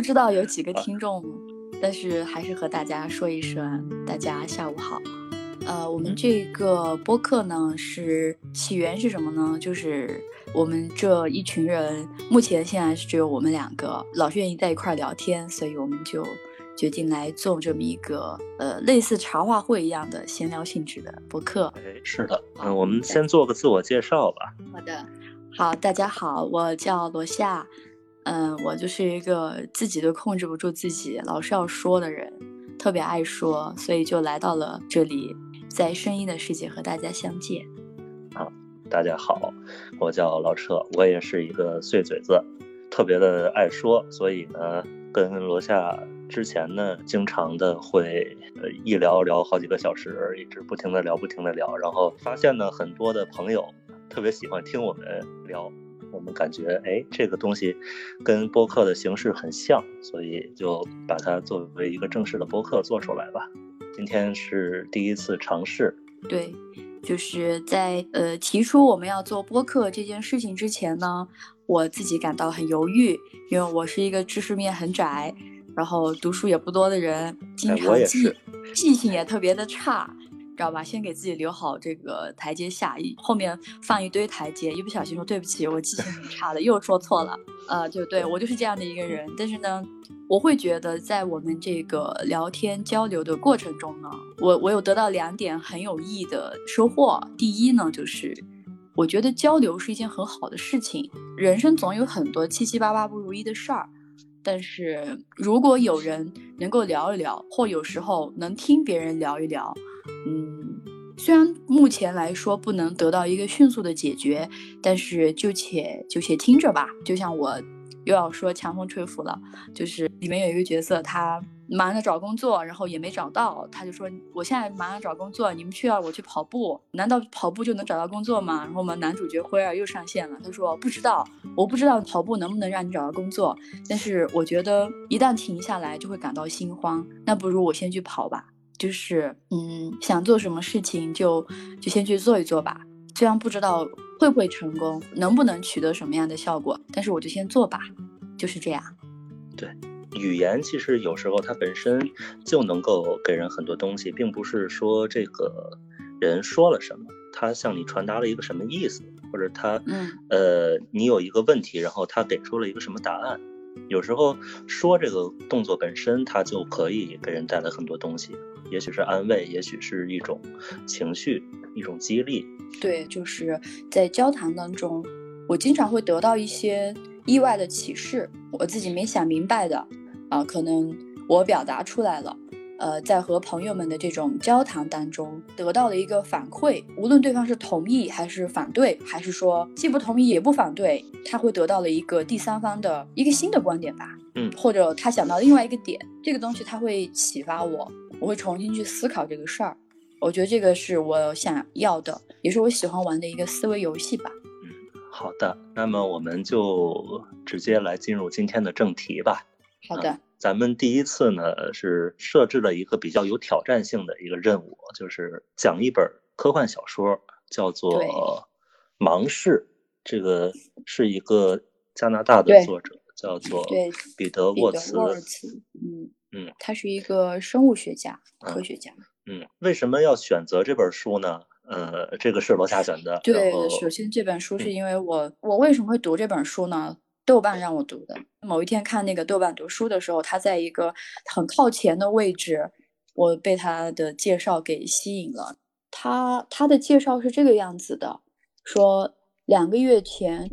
知道有几个听众，但是还是和大家说一声，大家下午好。我们这个播客呢，是起源是什么呢？就是我们这一群人，目前现在是只有我们两个，老是愿意在一块聊天，所以我们就决定来做这么一个类似茶话会一样的闲聊性质的播客。 是的，我们先做个自我介绍吧。 好的，好，大家好，我叫罗夏，我就是一个自己都控制不住自己，老是要说的人，特别爱说，所以就来到了这里，在声音的世界和大家相见。 大家好，我叫老彻，我也是一个碎嘴子，特别的爱说，所以呢，跟罗夏之前呢，经常的会一聊好几个小时，一直不停的聊，然后发现呢，很多的朋友特别喜欢听我们聊，我们感觉这个东西跟播客的形式很像，所以就把它作为一个正式的播客做出来吧。今天是第一次尝试。 对，就是在提出我们要做播客这件事情之前呢，我自己感到很犹豫，因为我是一个知识面很窄，然后读书也不多的人，经常记性也特别的差，知道吧？先给自己留好这个台阶下，后面放一堆台阶，一不小心说对不起，我记性很差的，又说错了，对，我就是这样的一个人。但是呢，我会觉得在我们这个聊天交流的过程中呢，我有得到2点很有意义的收获。第一呢，就是我觉得交流是一件很好的事情，人生总有很多七七八八不如意的事儿，但是如果有人能够聊一聊，或有时候能听别人聊一聊，虽然目前来说不能得到一个迅速的解决，但是就且听着吧。就像我又要说强风吹拂了，就是里面有一个角色，他忙着找工作，然后也没找到，他就说我现在忙着找工作，你们去我去跑步，难道跑步就能找到工作吗？然后我们男主角辉儿又上线了，他说不知道，我不知道跑步能不能让你找到工作，但是我觉得一旦停下来就会感到心慌，那不如我先去跑吧。就是想做什么事情就先去做一做吧，虽然不知道会不会成功，能不能取得什么样的效果，但是我就先做吧，就是这样。 对，语言其实有时候它本身就能够给人很多东西，并不是说这个人说了什么，他向你传达了一个什么意思，或者他你有一个问题，然后他给出了一个什么答案。有时候说这个动作本身，它就可以给人带来很多东西，也许是安慰，也许是一种情绪，一种激励。 对，就是在交谈当中，我经常会得到一些意外的启示，我自己没想明白的可能我表达出来了，在和朋友们的这种交谈当中得到了一个反馈，无论对方是同意还是反对，还是说既不同意也不反对，他会得到了一个第三方的一个新的观点吧，或者他想到另外一个点，这个东西他会启发我会重新去思考这个事儿。我觉得这个是我想要的，也是我喜欢玩的一个思维游戏吧。 好的，那么我们就直接来进入今天的正题吧。 好的， 咱们第一次呢是设置了一个比较有挑战性的一个任务，就是讲一本科幻小说，叫做《盲视》，这个是一个加拿大的作者，叫做彼得沃茨。 他是一个生物学家、科学家。 为什么要选择这本书呢？这个是罗夏选的。 对，首先这本书是因为我为什么会读这本书呢？豆瓣让我读的。某一天看那个豆瓣读书的时候，他在一个很靠前的位置，我被他的介绍给吸引了。他的介绍是这个样子的，说2个月前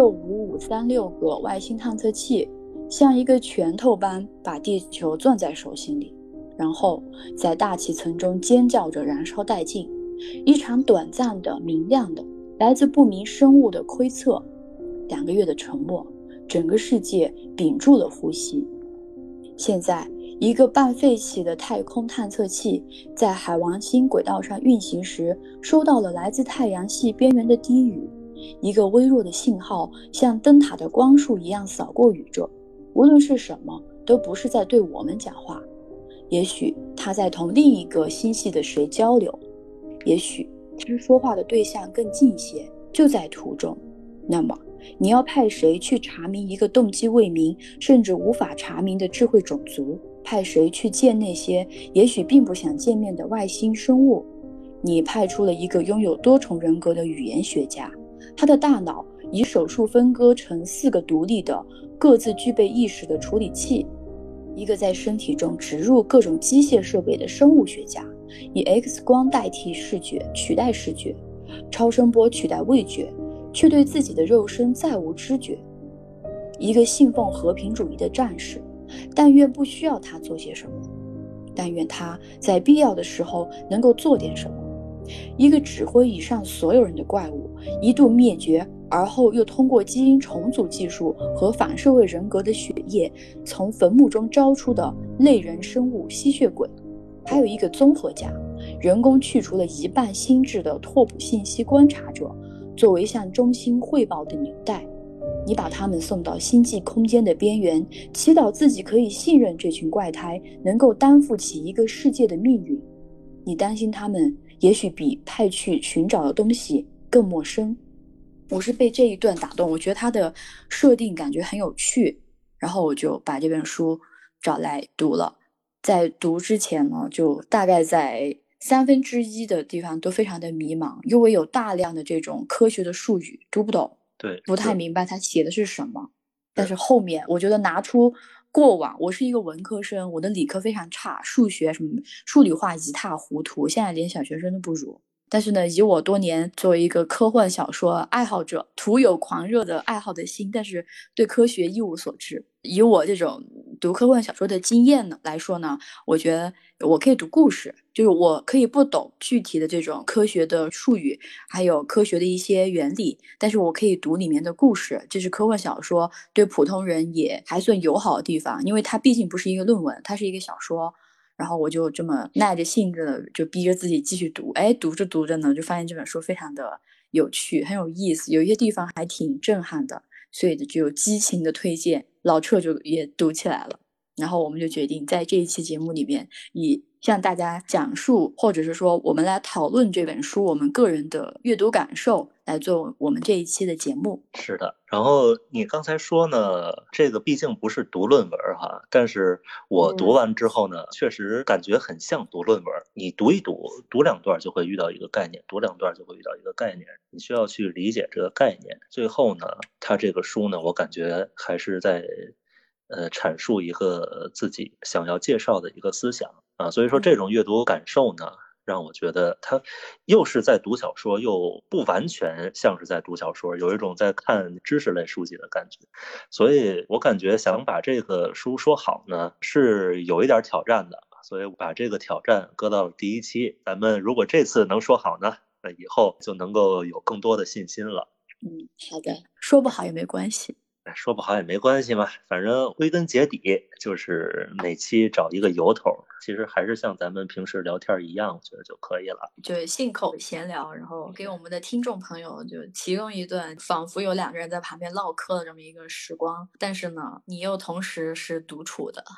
65536个外星探测器像一个拳头般把地球攥在手心里，然后在大气层中尖叫着燃烧殆尽。一场短暂的明亮的来自不明生物的窥测，2个月的沉默，整个世界屏住了呼吸。现在一个半废弃的太空探测器在海王星轨道上运行时，收到了来自太阳系边缘的低语，一个微弱的信号像灯塔的光束一样扫过宇宙，无论是什么都不是在对我们讲话，也许他在同另一个星系的谁交流，也许他说话的对象更近些，就在途中。那么你要派谁去查明一个动机未明甚至无法查明的智慧种族？派谁去见那些也许并不想见面的外星生物？你派出了一个拥有多重人格的语言学家，他的大脑以手术分割成4个独立的各自具备意识的处理器，一个在身体中植入各种机械设备的生物学家，以 X 光代替视觉取代视觉，超声波取代味觉，却对自己的肉身再无知觉，一个信奉和平主义的战士，但愿不需要他做些什么，但愿他在必要的时候能够做点什么，一个指挥以上所有人的怪物，一度灭绝而后又通过基因重组技术和反社会人格的血液从坟墓中招出的类人生物吸血鬼，还有一个综合家，人工去除了一半心智的拓扑信息观察者，作为向中心汇报的纽带。你把他们送到星际空间的边缘，祈祷自己可以信任这群怪胎能够担负起一个世界的命运。你担心他们也许比派去寻找的东西更陌生。我是被这一段打动，我觉得它的设定感觉很有趣，然后我就把这本书找来读了。在读之前呢，就大概在1/3的地方都非常的迷茫，因为有大量的这种科学的术语读不懂， 对， 不太明白他写的是什么。但是后面我觉得拿出过往，我是一个文科生，我的理科非常差，数学什么数理化一塌糊涂，现在连小学生都不如。但是呢，以我多年作为一个科幻小说爱好者，徒有狂热的爱好的心，但是对科学一无所知。以我这种读科幻小说的经验呢来说呢，我觉得我可以读故事，就是我可以不懂具体的这种科学的术语，还有科学的一些原理，但是我可以读里面的故事，这是科幻小说对普通人也还算友好的地方，因为它毕竟不是一个论文，它是一个小说。然后我就这么耐着性子的就逼着自己继续读，读着读着呢，就发现这本书非常的有趣，很有意思，有一些地方还挺震撼的，所以就激情的推荐，老彻就也读起来了。然后我们就决定在这一期节目里面，以向大家讲述，或者是说我们来讨论这本书我们个人的阅读感受，来做我们这一期的节目。 是的，然后你刚才说呢，这个毕竟不是读论文哈，但是我读完之后呢，确实感觉很像读论文。你读一读，读2段就会遇到一个概念，读2段就会遇到一个概念，你需要去理解这个概念。最后呢，他这个书呢，我感觉还是在阐述一个自己想要介绍的一个思想啊，所以说这种阅读感受呢，让我觉得它又是在读小说，又不完全像是在读小说，有一种在看知识类书籍的感觉。所以我感觉想把这个书说好呢，是有一点挑战的，所以把这个挑战搁到了第1期。咱们如果这次能说好呢，那以后就能够有更多的信心了。 好的，说不好也没关系。 说不好也没关系嘛，反正归根结底就是每期找一个由头，其实还是像咱们平时聊天一样，我觉得就可以了。 就信口闲聊，然后给我们的听众朋友就提供一段仿佛有2个人在旁边唠嗑的这么一个时光，但是呢，你又同时是独处的。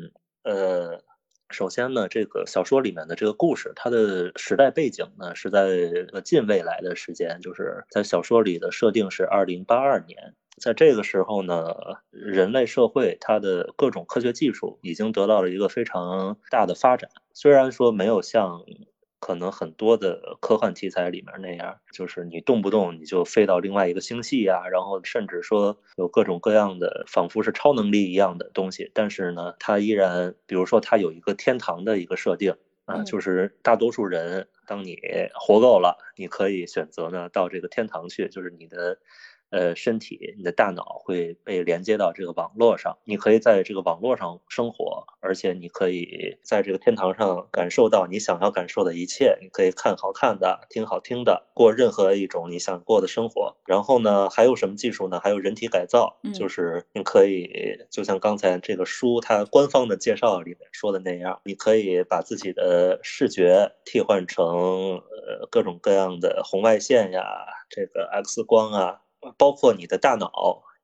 首先呢，这个小说里面的这个故事，它的时代背景呢是在近未来的时间，就是在小说里的设定是2082年。在这个时候呢，人类社会它的各种科学技术已经得到了一个非常大的发展。虽然说没有像可能很多的科幻题材里面那样，就是你动不动你就飞到另外一个星系啊，然后甚至说有各种各样的仿佛是超能力一样的东西，但是呢，它依然，比如说它有一个天堂的一个设定啊，就是大多数人当你活够了，你可以选择呢到这个天堂去，就是你的身体，你的大脑会被连接到这个网络上，你可以在这个网络上生活，而且你可以在这个天堂上感受到你想要感受的一切，你可以看好看的，听好听的，过任何一种你想过的生活。然后呢，还有什么技术呢？还有人体改造，就是你可以就像刚才这个书它官方的介绍里面说的那样，你可以把自己的视觉替换成各种各样的红外线呀，这个 X 光啊，包括你的大脑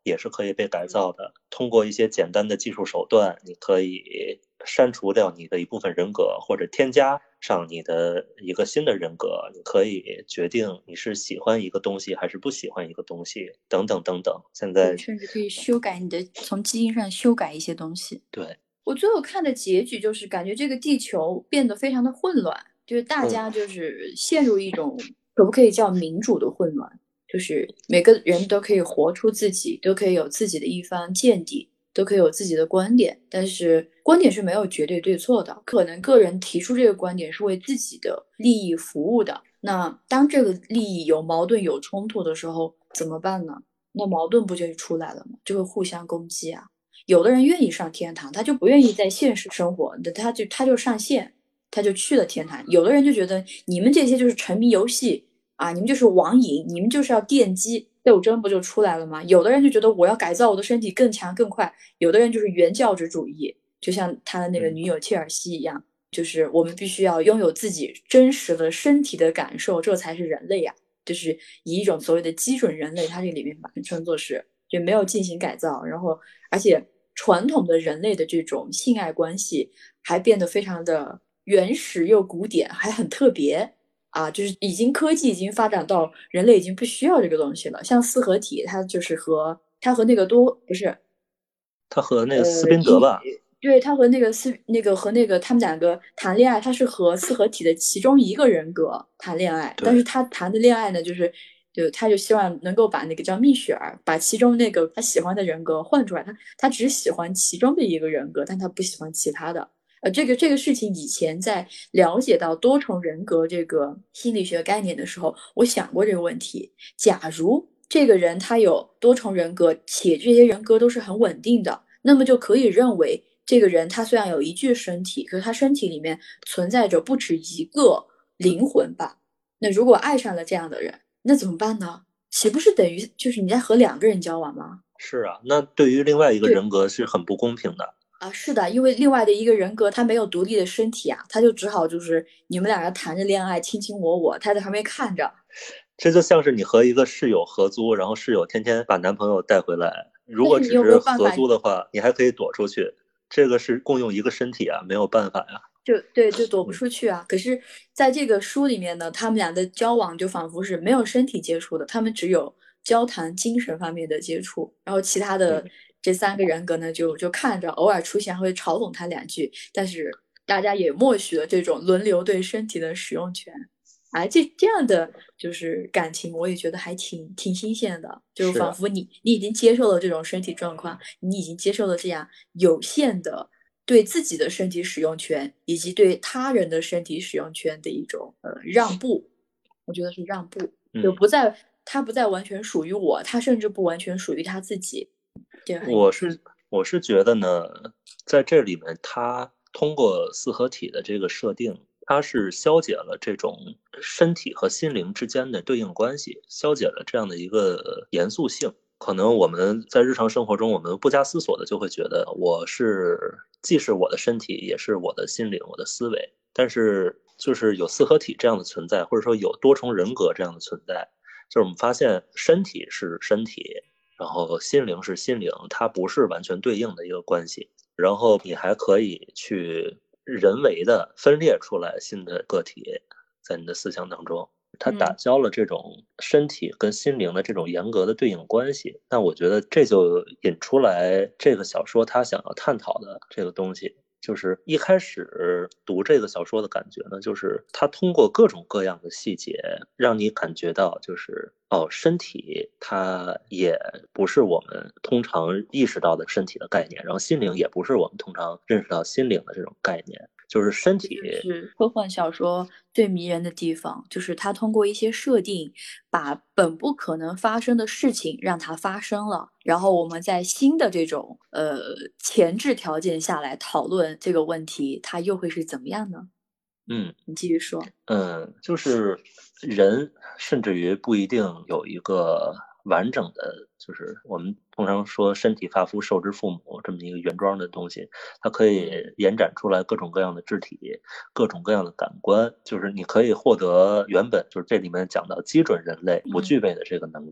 也是可以被改造的。通过一些简单的技术手段，你可以删除掉你的一部分人格，或者添加上你的一个新的人格。你可以决定你是喜欢一个东西还是不喜欢一个东西，等等等等。现在甚至可以修改你的，从基因上修改一些东西。 对， 我最后看的结局就是感觉这个地球变得非常的混乱，就是大家就是陷入一种可不可以叫民主的混乱，就是每个人都可以活出自己，都可以有自己的一番见地，都可以有自己的观点，但是观点是没有绝对对错的，可能个人提出这个观点是为自己的利益服务的。那当这个利益有矛盾有冲突的时候怎么办呢？那矛盾不就出来了吗？就会互相攻击啊。有的人愿意上天堂，他就不愿意在现实生活，他就上线，他就去了天堂。有的人就觉得你们这些就是沉迷游戏啊，你们就是网瘾，你们就是要电击，斗争不就出来了吗？有的人就觉得我要改造我的身体更强更快，有的人就是原教旨主义，就像他的那个女友切尔西一样，就是我们必须要拥有自己真实的身体的感受，这才是人类呀。就是以一种所谓的基准人类，它这里面把它称作是就没有进行改造，然后而且传统的人类的这种性爱关系还变得非常的原始又古典，还很特别啊！就是科技已经发展到人类已经不需要这个东西了。像四合体，它和那个多不是他和那个斯宾德吧， 对，他和他们两个谈恋爱，他是和四合体的其中一个人格谈恋爱，但是他谈的恋爱呢，他就希望能够把那个叫蜜雪儿，把其中那个他喜欢的人格换出来，他只喜欢其中的一个人格，但他不喜欢其他的。这个事情以前在了解到多重人格这个心理学概念的时候，我想过这个问题。假如这个人他有多重人格，且这些人格都是很稳定的，那么就可以认为这个人他虽然有一具身体，可是他身体里面存在着不止一个灵魂吧？那如果爱上了这样的人，那怎么办呢？岂不是等于就是你在和两个人交往吗？ 是啊，那对于另外一个对人格是很不公平的。 啊，是的，因为另外的一个人格他没有独立的身体啊，他就只好就是你们两个谈着恋爱，卿卿我我，他在旁边看着。 这就像是你和一个室友合租，然后室友天天把男朋友带回来。如但是你有没果只是合有办法？ 租的话，你还可以躲出去。这个是共用一个身体啊，没有办法呀。 就躲不出去啊。可是在这个书里面呢，他们俩的交往就仿佛是没有身体接触的，他们只有交谈精神方面的接触，然后其他的这三个人格呢，就看着偶尔出现会嘲讽他两句，但是大家也默许了这种轮流对身体的使用权。哎，这样的就是感情，我也觉得还挺新鲜的，就是啊， 仿佛你已经接受了这种身体状况，你已经接受了这样有限的对自己的身体使用权，以及对他人的身体使用权的一种让步。我觉得是让步，就他不再完全属于我，他甚至不完全属于他自己，这个很有意思。 我是觉得呢，在这里面，它通过四合体的这个设定，它是消解了这种身体和心灵之间的对应关系，消解了这样的一个严肃性。可能我们在日常生活中，我们不加思索的就会觉得，既是我的身体，也是我的心灵，我的思维。但是，就是有四合体这样的存在，或者说有多重人格这样的存在，就是我们发现身体是身体，然后心灵是心灵，它不是完全对应的一个关系。然后你还可以去人为的分裂出来新的个体，在你的思想当中，它打消了这种身体跟心灵的这种严格的对应关系。那我觉得这就引出来这个小说它想要探讨的这个东西。就是一开始读这个小说的感觉呢，就是它通过各种各样的细节，让你感觉到就是身体它也不是我们通常意识到的身体的概念，然后心灵也不是我们通常认识到心灵的这种概念，就是身体。 是科幻小说最迷人的地方，就是它通过一些设定，把本不可能发生的事情让它发生了，然后我们在新的这种前置条件下来讨论这个问题，它又会是怎么样呢？你继续说。 就是人甚至于不一定有一个完整的，就是我们通常说身体发肤受之父母这么一个原装的东西，它可以延展出来各种各样的肢体，各种各样的感官，就是你可以获得原本就是这里面讲到基准人类不具备的这个能力。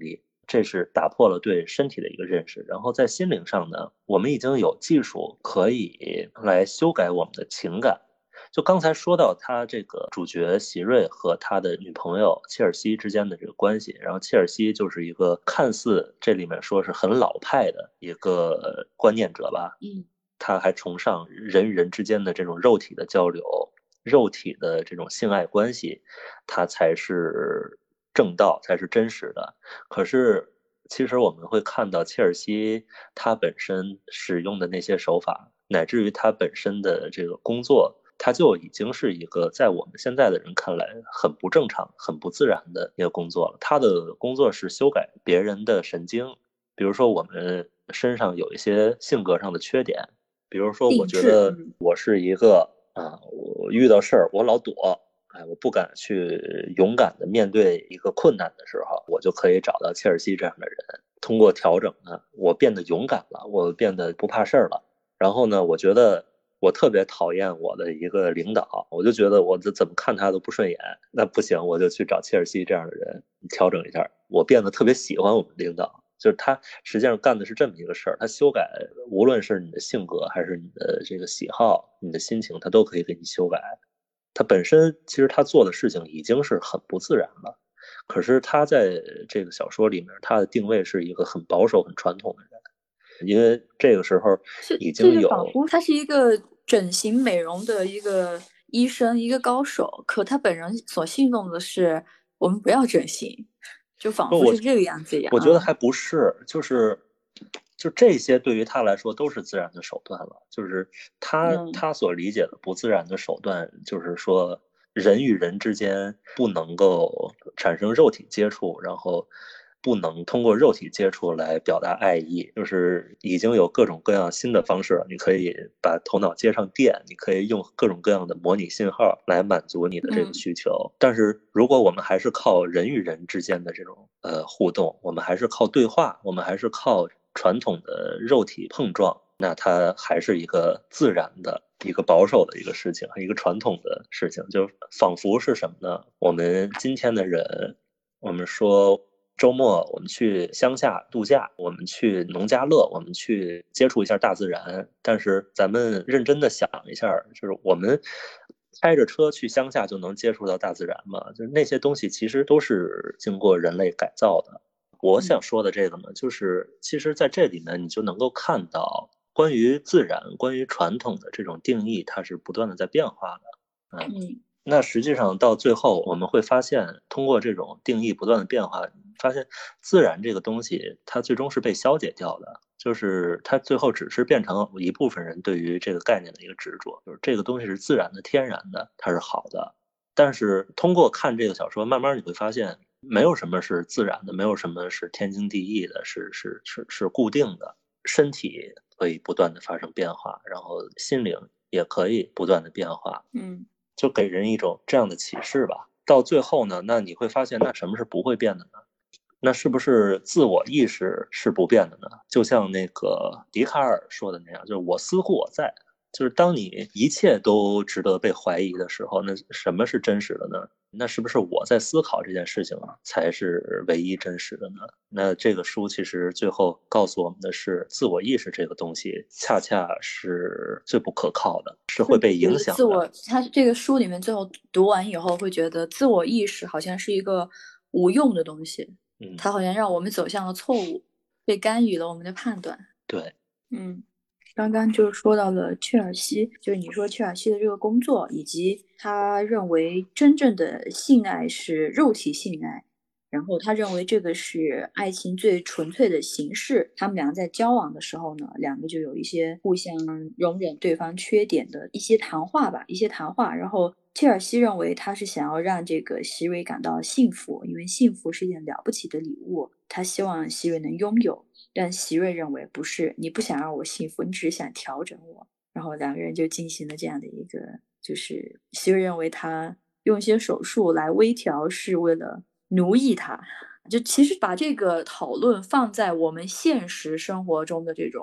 这是打破了对身体的一个认识。然后在心灵上呢，我们已经有技术可以来修改我们的情感。就刚才说到他这个主角席瑞和他的女朋友切尔西之间的这个关系，然后切尔西就是一个看似这里面说是很老派的一个观念者吧，他还崇尚人与人之间的这种肉体的交流，肉体的这种性爱关系，它才是正道，才是真实的。可是其实我们会看到切尔西他本身使用的那些手法，乃至于他本身的这个工作，他就已经是一个在我们现在的人看来很不正常、很不自然的一个工作了。他的工作是修改别人的神经，比如说我们身上有一些性格上的缺点，比如说我觉得我是一个我遇到事儿我老躲，我不敢去勇敢的面对一个困难的时候，我就可以找到切尔西这样的人，通过调整呢，我变得勇敢了，我变得不怕事儿了。然后呢，我觉得我特别讨厌我的一个领导，我就觉得我怎么看他都不顺眼，那不行，我就去找切尔西这样的人调整一下，我变得特别喜欢我们领导。就是他实际上干的是这么一个事儿，他修改无论是你的性格还是你的这个喜好、你的心情，他都可以给你修改。他本身其实他做的事情已经是很不自然了，可是他在这个小说里面，他的定位是一个很保守、很传统的人，因为这个时候已经有， 仿佛他是一个整形美容的一个医生，一个高手，可他本人所信奉的是我们不要整形。就仿佛是这个样子一样。 我觉得还不是，就这些对于他来说都是自然的手段了。就是他所理解的不自然的手段，就是说人与人之间不能够产生肉体接触，然后不能通过肉体接触来表达爱意，就是已经有各种各样新的方式了。你可以把头脑接上电，你可以用各种各样的模拟信号来满足你的这个需求。但是如果我们还是靠人与人之间的这种互动，我们还是靠对话，我们还是靠传统的肉体碰撞，那它还是一个自然的、一个保守的一个事情，一个传统的事情。就仿佛是什么呢？我们今天的人，我们说周末我们去乡下度假，我们去农家乐，我们去接触一下大自然。但是咱们认真的想一下，就是我们开着车去乡下就能接触到大自然吗？就是那些东西其实都是经过人类改造的。我想说的这个呢，就是其实在这里面你就能够看到关于自然、关于传统的这种定义，它是不断的在变化的。那实际上到最后我们会发现，通过这种定义不断的变化，发现自然这个东西它最终是被消解掉的，就是它最后只是变成一部分人对于这个概念的一个执着，就是这个东西是自然的、天然的，它是好的。但是通过看这个小说，慢慢你会发现，没有什么是自然的，没有什么是天经地义的，是固定的。身体可以不断的发生变化，然后心灵也可以不断的变化。就给人一种这样的启示吧。到最后呢，那你会发现，那什么是不会变的呢？那是不是自我意识是不变的呢？就像那个笛卡尔说的那样，就是我思故我在。就是当你一切都值得被怀疑的时候，那什么是真实的呢？那是不是我在思考这件事情才是唯一真实的呢？那这个书其实最后告诉我们的是，自我意识这个东西恰恰是最不可靠的，是会被影响的。 他这个书里面最后读完以后，会觉得自我意识好像是一个无用的东西，它好像让我们走向了错误，被干预了我们的判断。 对， 刚刚就说到了切尔西，就是你说切尔西的这个工作，以及他认为真正的性爱是肉体性爱，然后他认为这个是爱情最纯粹的形式。他们两个在交往的时候呢，两个就有一些互相容忍对方缺点的一些谈话吧，然后切尔西认为他是想要让这个席瑞感到幸福，因为幸福是一件了不起的礼物，他希望席瑞能拥有。但席瑞认为不是，你不想让我幸福，你只是想调整我。然后两个人就进行了这样的一个，就是席瑞认为他用一些手术来微调是为了奴役他。就其实把这个讨论放在我们现实生活中的这种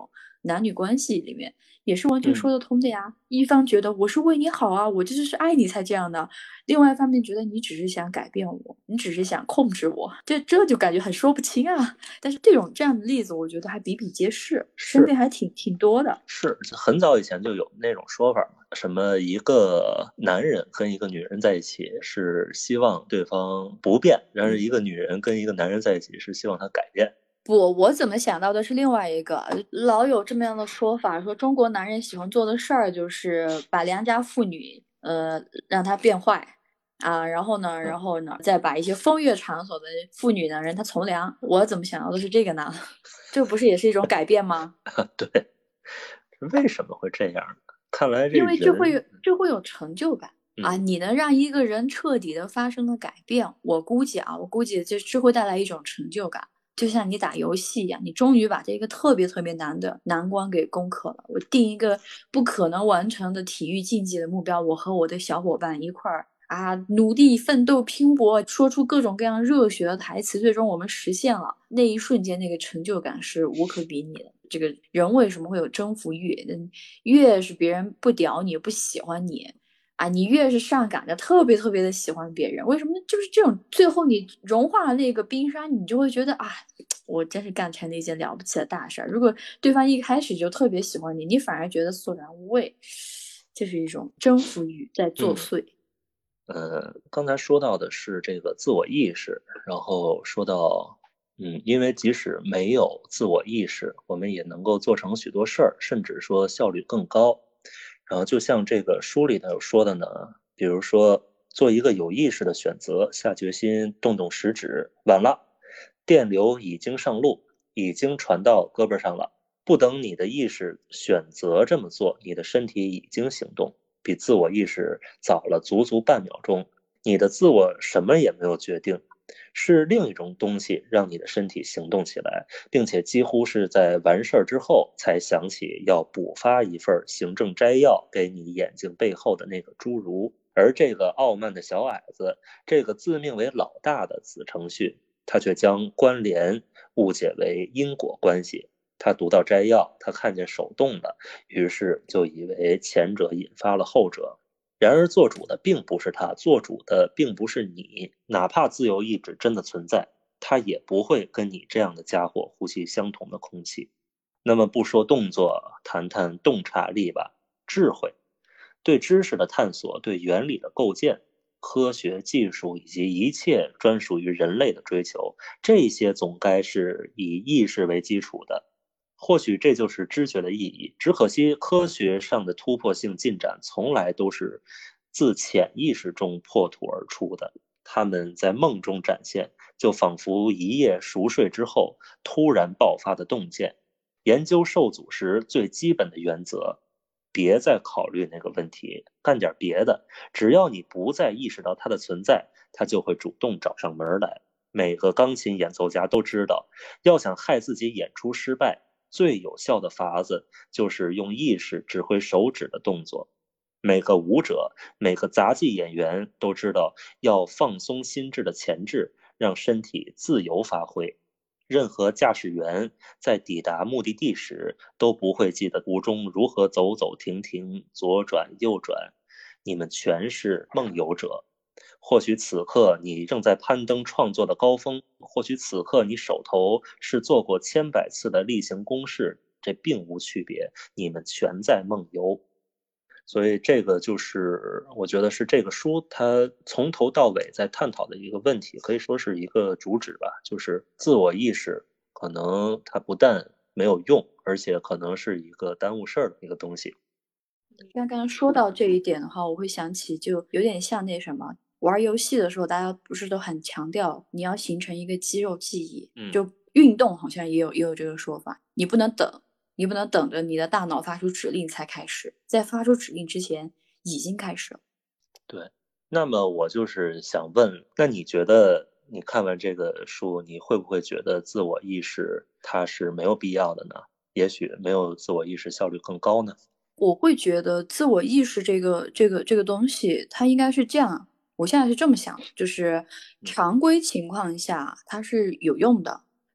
男女关系里面也是完全说得通的呀。一方觉得我是为你好啊，我这就是爱你才这样的，另外一方面觉得你只是想改变我，你只是想控制我，这就感觉很说不清啊。但是这样的例子，我觉得还比比皆是，身边还挺多的。 是很早以前就有那种说法嘛，什么一个男人跟一个女人在一起是希望对方不变，然而一个女人跟一个男人在一起是希望他改变。 不，我怎么想到的是另外一个，老有这么样的说法，说中国男人喜欢做的事儿就是把良家妇女，让她变坏啊，然后呢，再把一些风月场所的妇女呢，让她从良。我怎么想到的是这个呢？这不是也是一种改变吗？ 对，为什么会这样呢？看来这因为人， 这会有成就感啊！你能让一个人彻底的发生了改变，我估计这会带来一种成就感。就像你打游戏一样，你终于把这个特别特别难的难关给攻克了。我定一个不可能完成的体育竞技的目标，我和我的小伙伴一块儿啊，努力奋斗拼搏，说出各种各样热血的台词，最终我们实现了。那一瞬间，那个成就感是无可比拟的。这个人为什么会有征服欲？越是别人不屌你、不喜欢你啊，你越是上赶着特别特别的喜欢别人。为什么呢？就是这种最后你融化了那个冰山，你就会觉得啊，我真是干成了一件了不起的大事儿。如果对方一开始就特别喜欢你，你反而觉得索然无味，这是一种征服欲在作祟。 刚才说到的是这个自我意识，然后说到，因为即使没有自我意识，我们也能够做成许多事儿，甚至说效率更高。然后就像这个书里头有说的呢，比如说做一个有意识的选择，下决心动动食指，晚了，电流已经上路，已经传到胳膊上了，不等你的意识选择这么做，你的身体已经行动。比自我意识早了足足半秒钟，你的自我什么也没有决定，是另一种东西让你的身体行动起来，并且几乎是在完事儿之后才想起要补发一份行政摘要给你眼睛背后的那个侏儒。而这个傲慢的小矮子，这个自命为老大的子程序，他却将关联误解为因果关系。他读到摘要，他看见手动了，于是就以为前者引发了后者。然而做主的并不是他，做主的并不是你，哪怕自由意志真的存在，他也不会跟你这样的家伙呼吸相同的空气。那么不说动作，谈谈洞察力吧，智慧，对知识的探索，对原理的构建，科学技术以及一切专属于人类的追求，这些总该是以意识为基础的。或许这就是知觉的意义，只可惜科学上的突破性进展从来都是自潜意识中破土而出的，他们在梦中展现，就仿佛一夜熟睡之后突然爆发的洞见。研究受阻时最基本的原则，别再考虑那个问题，干点别的，只要你不再意识到它的存在，它就会主动找上门来。每个钢琴演奏家都知道，要想害自己演出失败，最有效的法子就是用意识指挥手指的动作。每个舞者，每个杂技演员都知道要放松心智的前置，让身体自由发挥。任何驾驶员在抵达目的地时都不会记得途中如何走走停停、左转右转。你们全是梦游者。或许此刻你正在攀登创作的高峰，或许此刻你手头是做过千百次的例行公事，这并无区别，你们全在梦游。所以这个就是我觉得是这个书它从头到尾在探讨的一个问题，可以说是一个主旨吧，就是自我意识可能它不但没有用，而且可能是一个耽误事儿的一个东西。 刚刚说到这一点的话，我会想起就有点像那什么，玩游戏的时候，大家不是都很强调你要形成一个肌肉记忆，就运动好像也有这个说法，你不能等，你不能等着你的大脑发出指令才开始，在发出指令之前已经开始了。 对，那么我就是想问，那你觉得你看完这个书，你会不会觉得自我意识它是没有必要的呢？也许没有自我意识效率更高呢？ 我会觉得自我意识这个东西，它应该是这样。我现在是这么想的，就是常规情况下它是有用的，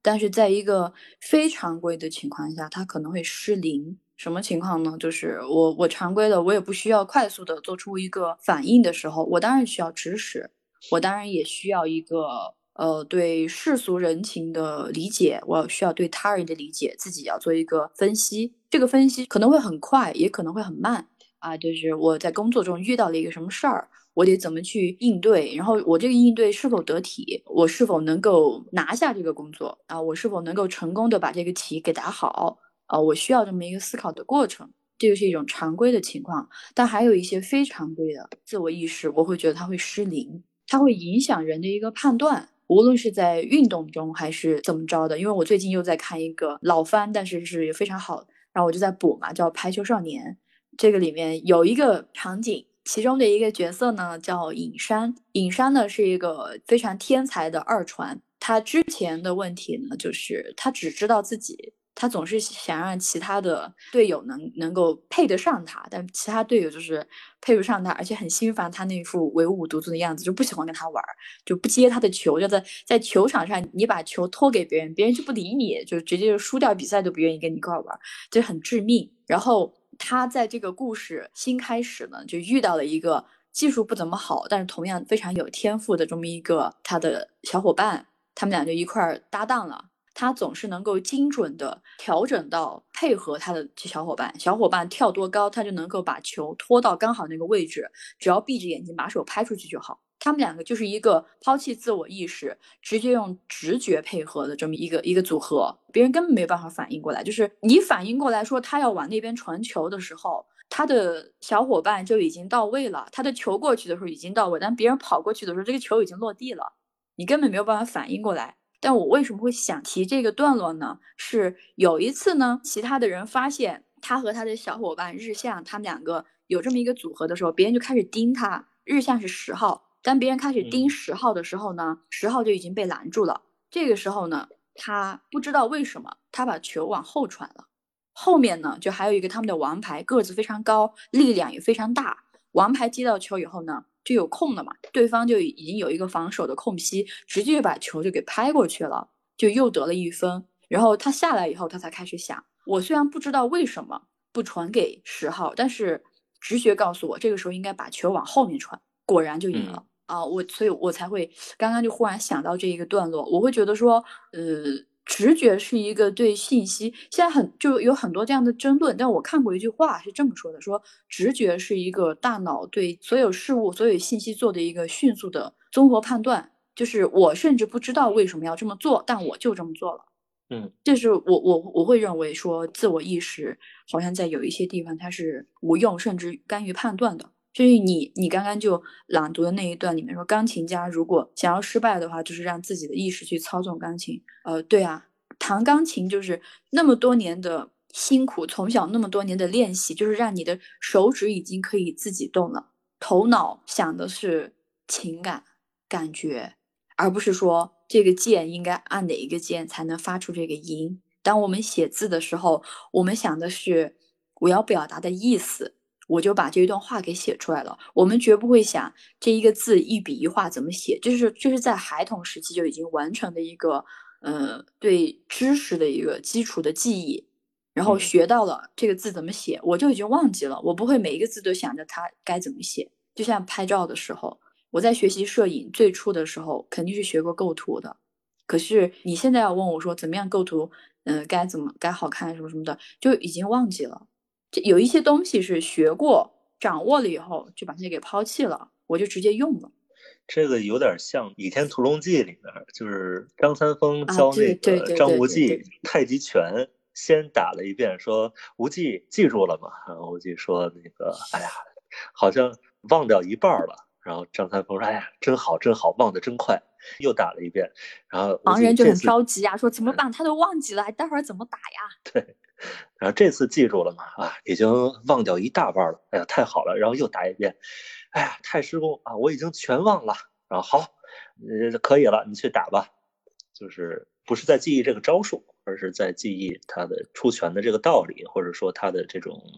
但是在一个非常规的情况下，它可能会失灵。什么情况呢？就是我常规的，我也不需要快速的做出一个反应的时候，我当然需要知识，我当然也需要一个对世俗人情的理解，我需要对他人的理解，自己要做一个分析。这个分析可能会很快，也可能会很慢啊。就是我在工作中遇到了一个什么事儿，我得怎么去应对，然后我这个应对是否得体，我是否能够拿下这个工作啊，我是否能够成功的把这个题给答好啊，我需要这么一个思考的过程。这个是一种常规的情况，但还有一些非常规的自我意识，我会觉得它会失灵，它会影响人的一个判断，无论是在运动中还是怎么着的。因为我最近又在看一个老番，但是也非常好，然后我就在补嘛，叫《排球少年》。这个里面有一个场景，其中的一个角色呢叫尹山，尹山呢是一个非常天才的二传，他之前的问题呢就是他只知道自己，他总是想让其他的队友能够配得上他，但其他队友就是配不上他，而且很心烦他那副唯吾独尊的样子，就不喜欢跟他玩，就不接他的球，就在球场上你把球托给别人，别人就不理你，就直接就输掉比赛都不愿意跟你一块玩，就很致命。然后他在这个故事新开始呢，就遇到了一个技术不怎么好，但是同样非常有天赋的这么一个他的小伙伴，他们俩就一块搭档了。他总是能够精准的调整到配合他的小伙伴，小伙伴跳多高，他就能够把球拖到刚好那个位置，只要闭着眼睛把手拍出去就好。他们两个就是一个抛弃自我意识，直接用直觉配合的这么一个组合，别人根本没有办法反应过来。就是你反应过来说他要往那边传球的时候，他的小伙伴就已经到位了，他的球过去的时候已经到位，但别人跑过去的时候，这个球已经落地了，你根本没有办法反应过来。但我为什么会想提这个段落呢？是有一次呢，其他的人发现他和他的小伙伴日向，他们两个有这么一个组合的时候，别人就开始盯他。日向是10号，当别人开始盯10号的时候呢，10号就已经被拦住了。这个时候呢，他不知道为什么，他把球往后传了。后面呢，就还有一个他们的王牌，个子非常高，力量也非常大。王牌接到球以后呢，就有空了嘛，对方就已经有一个防守的空隙，直接把球就给拍过去了，就又得了1分。然后他下来以后，他才开始想，我虽然不知道为什么不传给10号，但是直觉告诉我，这个时候应该把球往后面传，果然就赢了。所以我才会刚刚就忽然想到这一个段落，我会觉得说，直觉是一个对信息，现在就有很多这样的争论，但我看过一句话是这么说的，说直觉是一个大脑对所有事物、所有信息做的一个迅速的综合判断，就是我甚至不知道为什么要这么做，但我就这么做了。这是我会认为说，自我意识好像在有一些地方它是无用，甚至干预判断的。所以你刚刚就朗读的那一段里面说，钢琴家如果想要失败的话，就是让自己的意识去操纵钢琴。对啊，弹钢琴就是那么多年的辛苦，从小那么多年的练习，就是让你的手指已经可以自己动了，头脑想的是情感、感觉，而不是说这个键应该按哪一个键才能发出这个音。当我们写字的时候，我们想的是我要表达的意思，我就把这一段话给写出来了。我们绝不会想这一个字一笔一画怎么写，就是在孩童时期就已经完成的一个对知识的一个基础的记忆。然后学到了这个字怎么写，我就已经忘记了，我不会每一个字都想着它该怎么写。就像拍照的时候，我在学习摄影最初的时候肯定是学过构图的，可是你现在要问我说怎么样构图，该好看什么什么的，就已经忘记了。这有一些东西是学过掌握了以后就把它给抛弃了，我就直接用了。 这个有点像《倚天屠龙记》里面，就是张三丰教那个张无忌太极拳，先打了一遍，说无忌记住了吗？然后无忌说那个，哎呀，好像忘掉一半了。然后张三丰说，哎呀，真好真好，忘得真快。又打了一遍，然后旁人就很着急啊，说怎么办？他都忘记了，待会儿怎么打呀？ 对，然后这次记住了嘛？啊，已经忘掉一大半了。哎呀，太好了！然后又打一遍，哎呀，太失控啊！我已经全忘了。然后好，可以了，你去打吧。就是不是在记忆这个招数，而是在记忆他的出拳的这个道理，或者说他的这种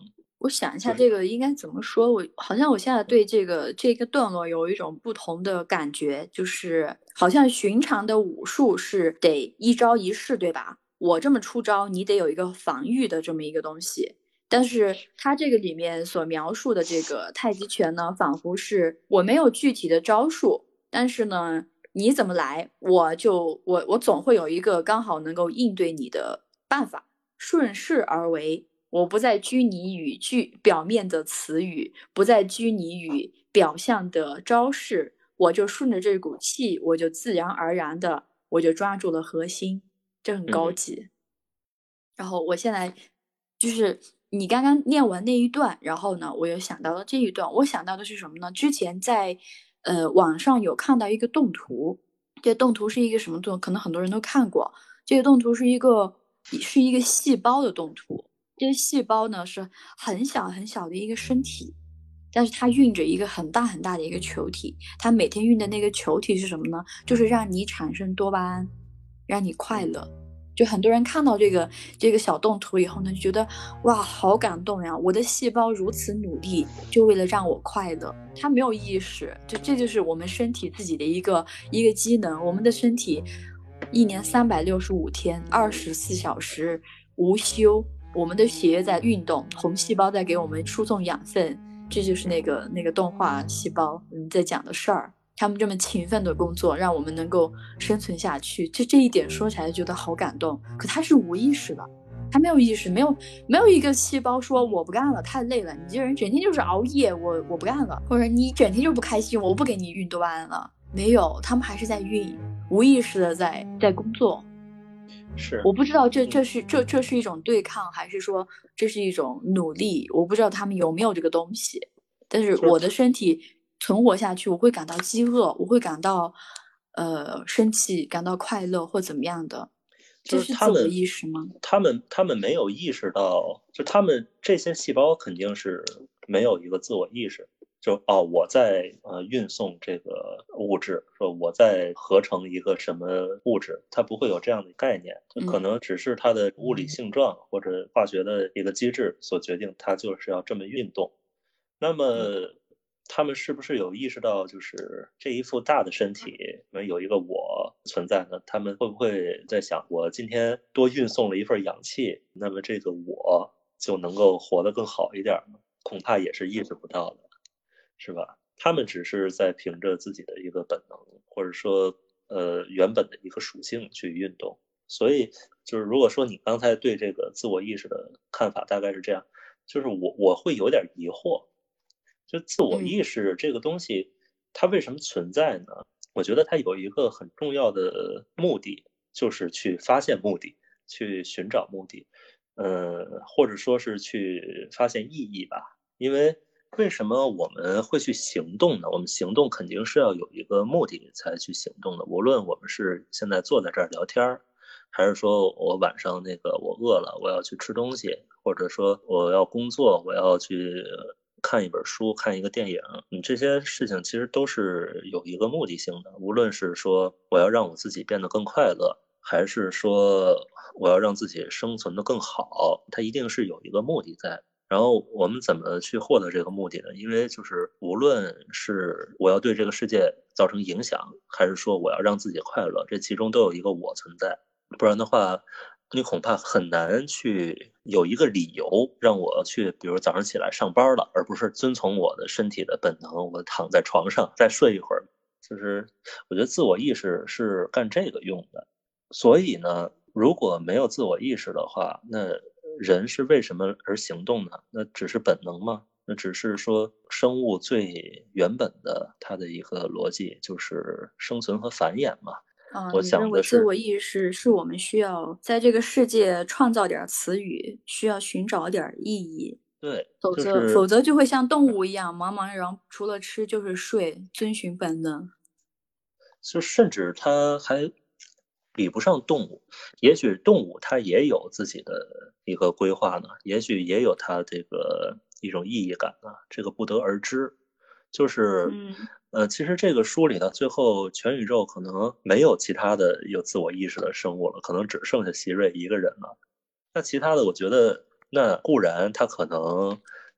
我想一下， 就是这个应该怎么说？我好像我现在对这个段落有一种不同的感觉，就是好像寻常的武术是得一招一式，对吧？我这么出招，你得有一个防御的这么一个东西。但是他这个里面所描述的这个太极拳呢，仿佛是我没有具体的招数，但是呢，你怎么来，我总会有一个刚好能够应对你的办法，顺势而为。我不再拘泥于表面的词语，不再拘泥于表象的招式，我就顺着这股气，我就自然而然的我就抓住了核心，这很高嗯级。然后我现在就是你刚刚念完那一段，然后呢，我又想到了这一段。我想到的是什么呢？之前在网上有看到一个动图，这动图是一个什么动？可能很多人都看过。这个动图是一个细胞的动图。这个细胞呢是很小很小的一个身体，但是它运着一个很大很大的一个球体。它每天运的那个球体是什么呢？就是让你产生多巴胺，让你快乐。就很多人看到这个小动图以后呢，就觉得哇，好感动呀！我的细胞如此努力，就为了让我快乐。它没有意识，这就是我们身体自己的一个机能。我们的身体一年365天24小时无休，我们的血液在运动，红细胞在给我们输送养分。这就是那个动画细胞在讲的事儿。他们这么勤奋的工作，让我们能够生存下去，这一点说起来觉得好感动。可他是无意识的，他没有意识，没有一个细胞说我不干了，太累了，你这人整天就是熬夜，我不干了，或者你整天就不开心，我不给你运多巴胺了。没有，他们还是在运，无意识的在工作。 是， 我不知道这是一种对抗，还是说这是一种努力，我不知道他们有没有这个东西。但是我的就是他身体存活下去，我会感到饥饿，我会感到生气，感到快乐或怎么样的，这就是是自我意识吗？ 他们没有意识到，就他们这些细胞肯定是没有一个自我意识。就哦，我在运送这个物质，说我在合成一个什么物质，它不会有这样的概念，就可能只是它的物理性状或者化学的一个机制所决定，它就是要这么运动。那么他们是不是有意识到，就是这一副大的身体里面有一个我存在呢？他们会不会在想，我今天多运送了一份氧气，那么这个我就能够活得更好一点呢？恐怕也是意识不到的，是吧？他们只是在凭着自己的一个本能，或者说原本的一个属性去运动。所以就是如果说你刚才对这个自我意识的看法大概是这样，就是我会有点疑惑。就自我意识这个东西，它为什么存在呢？我觉得它有一个很重要的目的，就是去发现目的，去寻找目的，或者说是去发现意义吧。因为为什么我们会去行动呢？我们行动肯定是要有一个目的才去行动的。无论我们是现在坐在这儿聊天，还是说我晚上我饿了，我要去吃东西，或者说我要工作，我要去看一本书，看一个电影，这些事情其实都是有一个目的性的。无论是说我要让我自己变得更快乐，还是说我要让自己生存的更好，它一定是有一个目的在。然后我们怎么去获得这个目的呢？因为就是无论是我要对这个世界造成影响，还是说我要让自己快乐，这其中都有一个我存在。不然的话，你恐怕很难去有一个理由让我去，比如早上起来上班了，而不是遵从我的身体的本能，我躺在床上再睡一会儿。就是我觉得自我意识是干这个用的。所以呢，如果没有自我意识的话，那人是为什么而行动呢？那只是本能吗？那只是说生物最原本的它的一个逻辑就是生存和繁衍嘛。我你认为想的是， 自我意识是我们需要在这个世界创造点词语，需要寻找点意义， 对， 否则否就是则就会像动物一样茫茫然，除了吃就是睡，遵循本能。 甚至它还比不上动物，也许动物它也有自己的一个规划呢，也许也有它这个一种意义感呢，这个不得而知。就是， 嗯。 其实这个书里呢，最后全宇宙可能没有其他的有自我意识的生物了，可能只剩下希瑞一个人了。那其他的，我觉得那固然他可能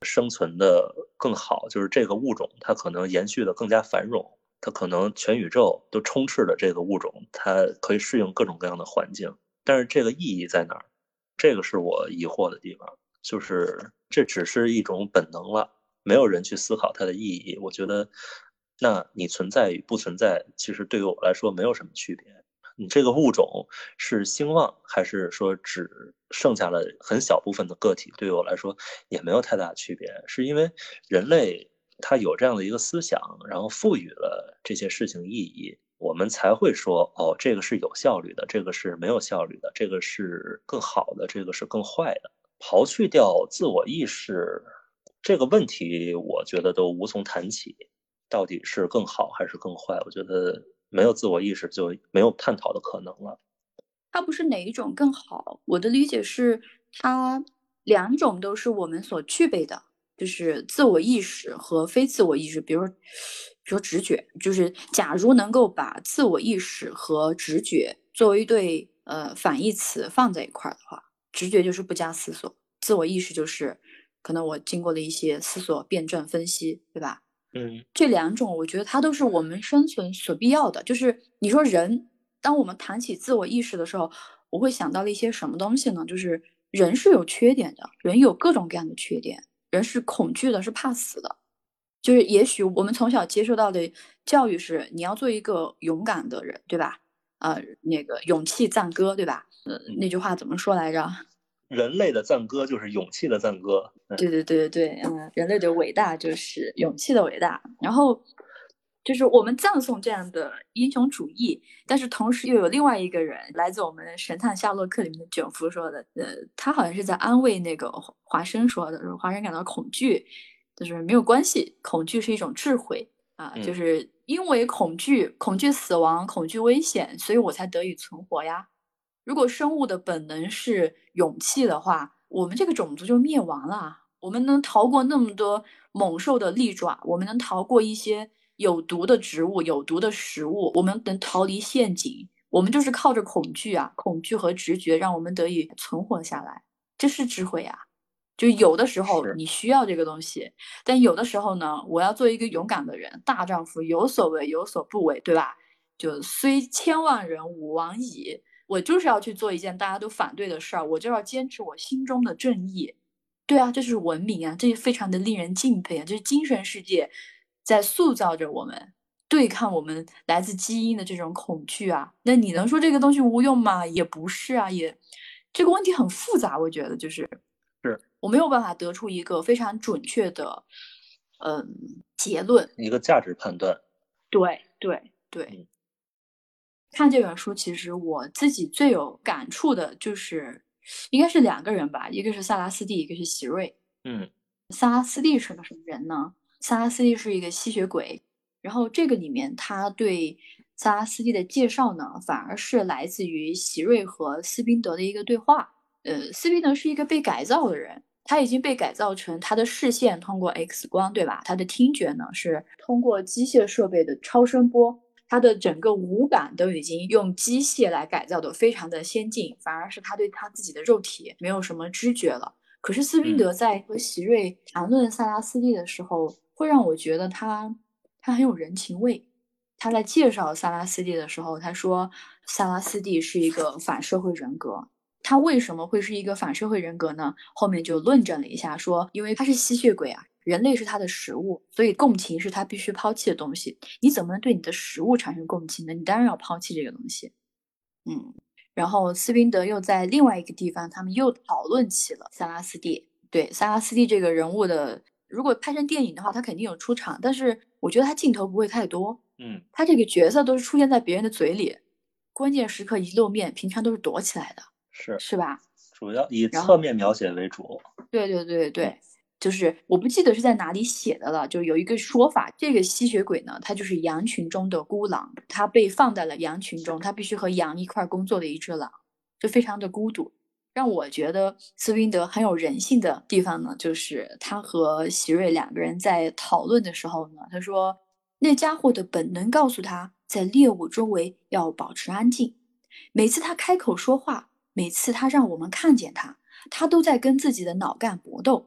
生存的更好，就是这个物种它可能延续的更加繁荣，它可能全宇宙都充斥着这个物种，它可以适应各种各样的环境。但是这个意义在哪儿？这个是我疑惑的地方，就是这只是一种本能了，没有人去思考它的意义。我觉得，那你存在与不存在，其实对于我来说没有什么区别。你这个物种是兴旺，还是说只剩下了很小部分的个体，对于我来说也没有太大区别。是因为人类他有这样的一个思想，然后赋予了这些事情意义，我们才会说，哦，这个是有效率的，这个是没有效率的，这个是更好的，这个是更坏的。刨去掉自我意识这个问题，我觉得都无从谈起。到底是更好还是更坏？我觉得没有自我意识就没有探讨的可能了。 它不是哪一种更好，我的理解是，它两种都是我们所具备的，就是自我意识和非自我意识。比如说直觉，就是假如能够把自我意识和直觉作为一对反义词放在一块儿的话，直觉就是不加思索，自我意识就是可能我经过了一些思索、辩证、分析，对吧？这两种我觉得它都是我们生存所必要的。就是你说人，当我们谈起自我意识的时候，我会想到了一些什么东西呢？就是人是有缺点的，人有各种各样的缺点，人是恐惧的，是怕死的。就是也许我们从小接受到的教育是你要做一个勇敢的人，对吧？那个勇气赞歌，对吧？那句话怎么说来着？ 人类的赞歌就是勇气的赞歌。 对对对对，人类的伟大就是勇气的伟大。然后就是我们赞颂这样的英雄主义，但是同时又有另外一个人，来自我们《的神探夏洛克》里面的卷福说的，他好像是在安慰那个华生说的，说华生感到恐惧，就是没有关系，恐惧是一种智慧啊，就是因为恐惧，恐惧死亡，恐惧危险，所以我才得以存活呀。如果生物的本能是勇气的话，我们这个种族就灭亡了。我们能逃过那么多猛兽的利爪，我们能逃过一些有毒的植物、有毒的食物，我们能逃离陷阱。我们就是靠着恐惧啊，恐惧和直觉，让我们得以存活下来。这是智慧啊！就有的时候你需要这个东西，但有的时候呢，我要做一个勇敢的人，大丈夫，有所为有所不为，对吧？就虽千万人吾往矣。我就是要去做一件大家都反对的事儿，我就要坚持我心中的正义。对啊，这是文明啊，这非常的令人敬佩啊，这是精神世界在塑造着我们，对抗我们来自基因的这种恐惧啊。那你能说这个东西无用吗？也不是啊，这个问题很复杂，我觉得就是我没有办法得出一个非常准确的结论， 一个价值判断。 对对对。看这本书，其实我自己最有感触的就是，应该是两个人吧，一个是萨拉斯蒂，一个是席瑞。萨拉斯蒂是个什么人呢？萨拉斯蒂是一个吸血鬼，然后这个里面他对萨拉斯蒂的介绍呢，反而是来自于席瑞和斯宾德的一个对话。斯宾德是一个被改造的人，他已经被改造成他的视线通过 X 光，对吧？他的听觉呢是通过机械设备的超声波。他的整个五感都已经用机械来改造的非常的先进，反而是他对他自己的肉体没有什么知觉了。可是斯宾德在和席瑞谈论萨拉斯蒂的时候，会让我觉得他很有人情味。他在介绍萨拉斯蒂的时候，他说萨拉斯蒂是一个反社会人格。他为什么会是一个反社会人格呢？后面就论证了一下，说因为他是吸血鬼啊，人类是他的食物，所以共情是他必须抛弃的东西。你怎么能对你的食物产生共情呢？你当然要抛弃这个东西。然后斯宾德又在另外一个地方，他们又讨论起了萨拉斯蒂。对萨拉斯蒂这个人物的，如果拍成电影的话，他肯定有出场，但是我觉得他镜头不会太多。他这个角色都是出现在别人的嘴里，关键时刻一露面，平常都是躲起来的，是吧？ 主要以侧面描写为主。 对对对对，就是我不记得是在哪里写的了，就有一个说法，这个吸血鬼呢，他就是羊群中的孤狼，他被放在了羊群中，他必须和羊一块工作的一只狼，就非常的孤独。让我觉得斯宾德很有人性的地方呢，就是他和席瑞两个人在讨论的时候呢，他说那家伙的本能告诉他在猎物周围要保持安静，每次他开口说话，每次他让我们看见他，他都在跟自己的脑干搏斗。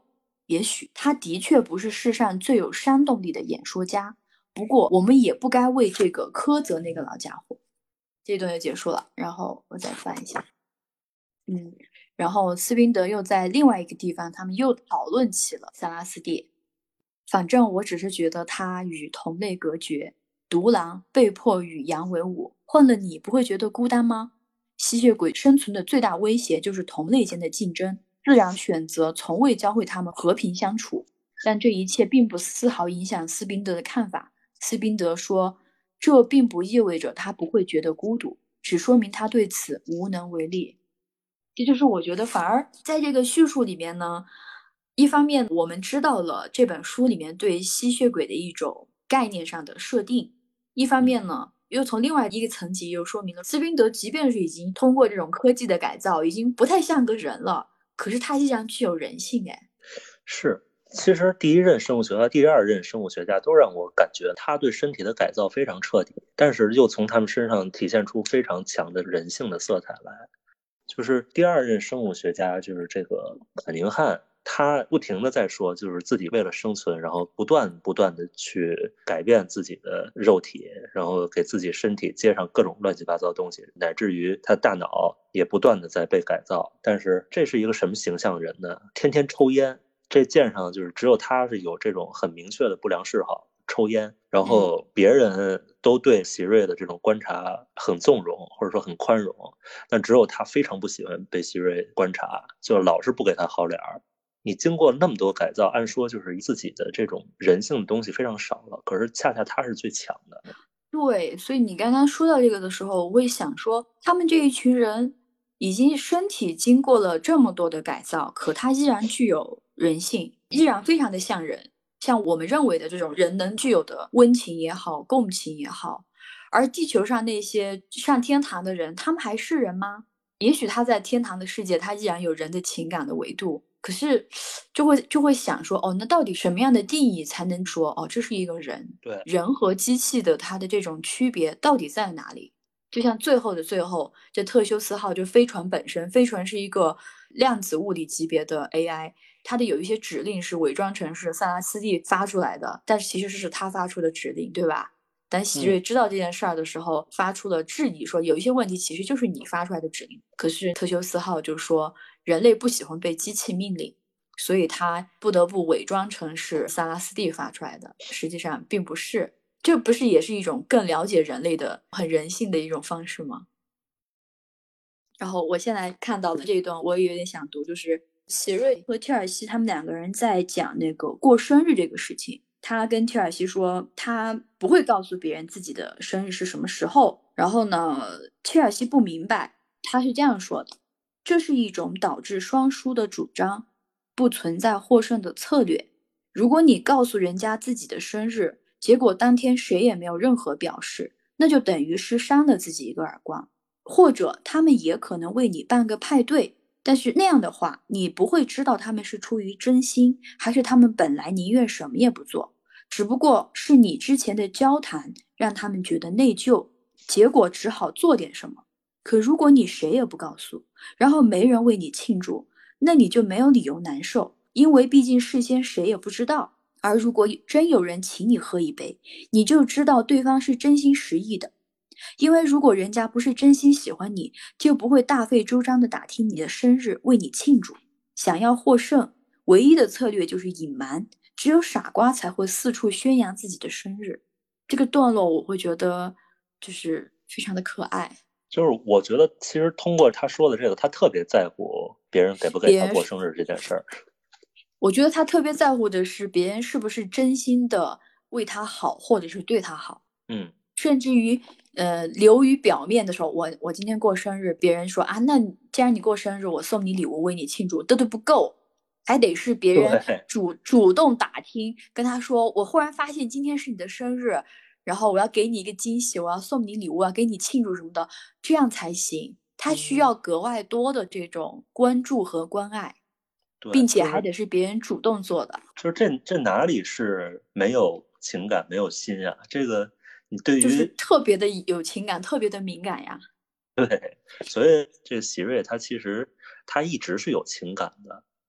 也许他的确不是世上最有煽动力的演说家，不过我们也不该为这个苛责那个老家伙。这一段就结束了，然后我再翻一下。然后斯宾德又在另外一个地方，他们又讨论起了萨拉斯蒂。反正我只是觉得他与同类隔绝，独狼被迫与羊为伍，换了你不会觉得孤单吗？吸血鬼生存的最大威胁就是同类间的竞争，自然选择从未教会他们和平相处。但这一切并不丝毫影响斯宾德的看法。斯宾德说，这并不意味着他不会觉得孤独，只说明他对此无能为力。这就是我觉得反而在这个叙述里面呢，一方面我们知道了这本书里面对吸血鬼的一种概念上的设定，一方面呢又从另外一个层级又说明了斯宾德即便是已经通过这种科技的改造已经不太像个人了，可是他依然具有人性。 是，其实第一任生物学家、第二任生物学家都让我感觉他对身体的改造非常彻底，但是又从他们身上体现出非常强的人性的色彩来。就是第二任生物学家，就是这个坎宁汉，他不停的在说，就是自己为了生存，然后不断的去改变自己的肉体，然后给自己身体接上各种乱七八糟的东西，乃至于他大脑也不断的在被改造。但是这是一个什么形象的人呢？天天抽烟，这剑上就是只有他是有这种很明确的不良嗜好，抽烟。然后别人都对席瑞的这种观察很纵容，或者说很宽容，但只有他非常不喜欢被席瑞观察，就老是不给他好脸儿。你经过那么多改造，按说就是自己的这种人性的东西非常少了，可是恰恰他是最强的。 对，所以你刚刚说到这个的时候，我会想说，他们这一群人已经身体经过了这么多的改造，可他依然具有人性，依然非常的像人，像我们认为的这种人能具有的温情也好，共情也好。而地球上那些上天堂的人，他们还是人吗？也许他在天堂的世界，他依然有人的情感的维度，可是就会想说，哦，那到底什么样的定义才能说，哦，这是一个人？ 对， 人和机器的它的这种区别到底在哪里？就像最后的最后，这特修斯号就飞船本身，飞船是一个量子物理级别的 AI，它的有一些指令是伪装成是萨拉斯蒂发出来的，但是其实是他发出的指令，对吧？当喜瑞知道这件事儿的时候，发出了质疑，说有一些问题其实就是你发出来的指令。可是特修斯号就说，人类不喜欢被机器命令，所以他不得不伪装成是萨拉斯蒂发出来的，实际上并不是。这不是也是一种更了解人类的很人性的一种方式吗？然后我现在看到的这一段，我也有点想读，就是喜瑞和切尔西他们两个人在讲那个过生日这个事情。他跟切尔西说，他不会告诉别人自己的生日是什么时候。然后呢，切尔西不明白，他是这样说的：这是一种导致双输的主张，不存在获胜的策略。如果你告诉人家自己的生日，结果当天谁也没有任何表示，那就等于是扇了自己一个耳光。或者他们也可能为你办个派对，但是那样的话，你不会知道他们是出于真心，还是他们本来宁愿什么也不做，只不过是你之前的交谈让他们觉得内疚，结果只好做点什么。可如果你谁也不告诉，然后没人为你庆祝，那你就没有理由难受，因为毕竟事先谁也不知道。而如果真有人请你喝一杯，你就知道对方是真心实意的。因为如果人家不是真心喜欢你，就不会大费周章的打听你的生日，为你庆祝。想要获胜，唯一的策略就是隐瞒，只有傻瓜才会四处宣扬自己的生日。这个段落我会觉得就是非常的可爱。 就是我觉得其实通过他说的这个，他特别在乎别人给不给他过生日这件事儿。 我觉得他特别在乎的是别人是不是真心的为他好，或者是对他好。甚至于流于表面的时候，我今天过生日，别人说啊，那既然你过生日，我送你礼物为你庆祝，都不够，还得是别人主动打听，跟他说，我忽然发现今天是你的生日，然后我要给你一个惊喜，我要送你礼物，我要给你庆祝什么的，这样才行。他需要格外多的这种关注和关爱，并且还得是别人主动做的。 就是这哪里是没有情感没有心啊？这个你对于就是特别的有情感，特别的敏感呀。 对，所以这个喜瑞他其实他一直是有情感的，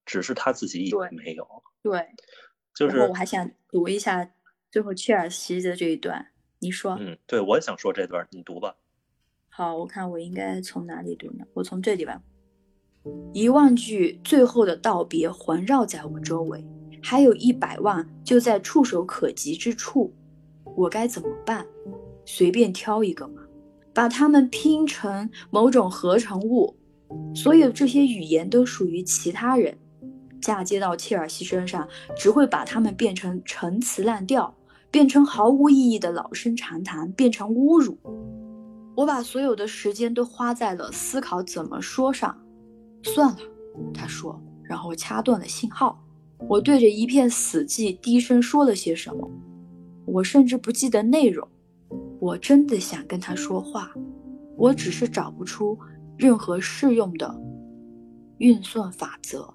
只是他自己以为对没有。 对，然后就是我还想读一下最后切尔西的这一段，你说。 对，我也想说这段，你读吧。 好，我看我应该从哪里读呢？我从这里吧。1万句最后的道别环绕在我周围，还有100万就在触手可及之处，我该怎么办？随便挑一个嘛，把它们拼成某种合成物。所有这些语言都属于其他人，嫁接到切尔西身上，只会把它们变成陈词滥调，变成毫无意义的老生常谈，变成侮辱。我把所有的时间都花在了思考怎么说上。算了，他说，然后掐断了信号。我对着一片死寂低声说了些什么，我甚至不记得内容。我真的想跟他说话，我只是找不出任何适用的运算法则。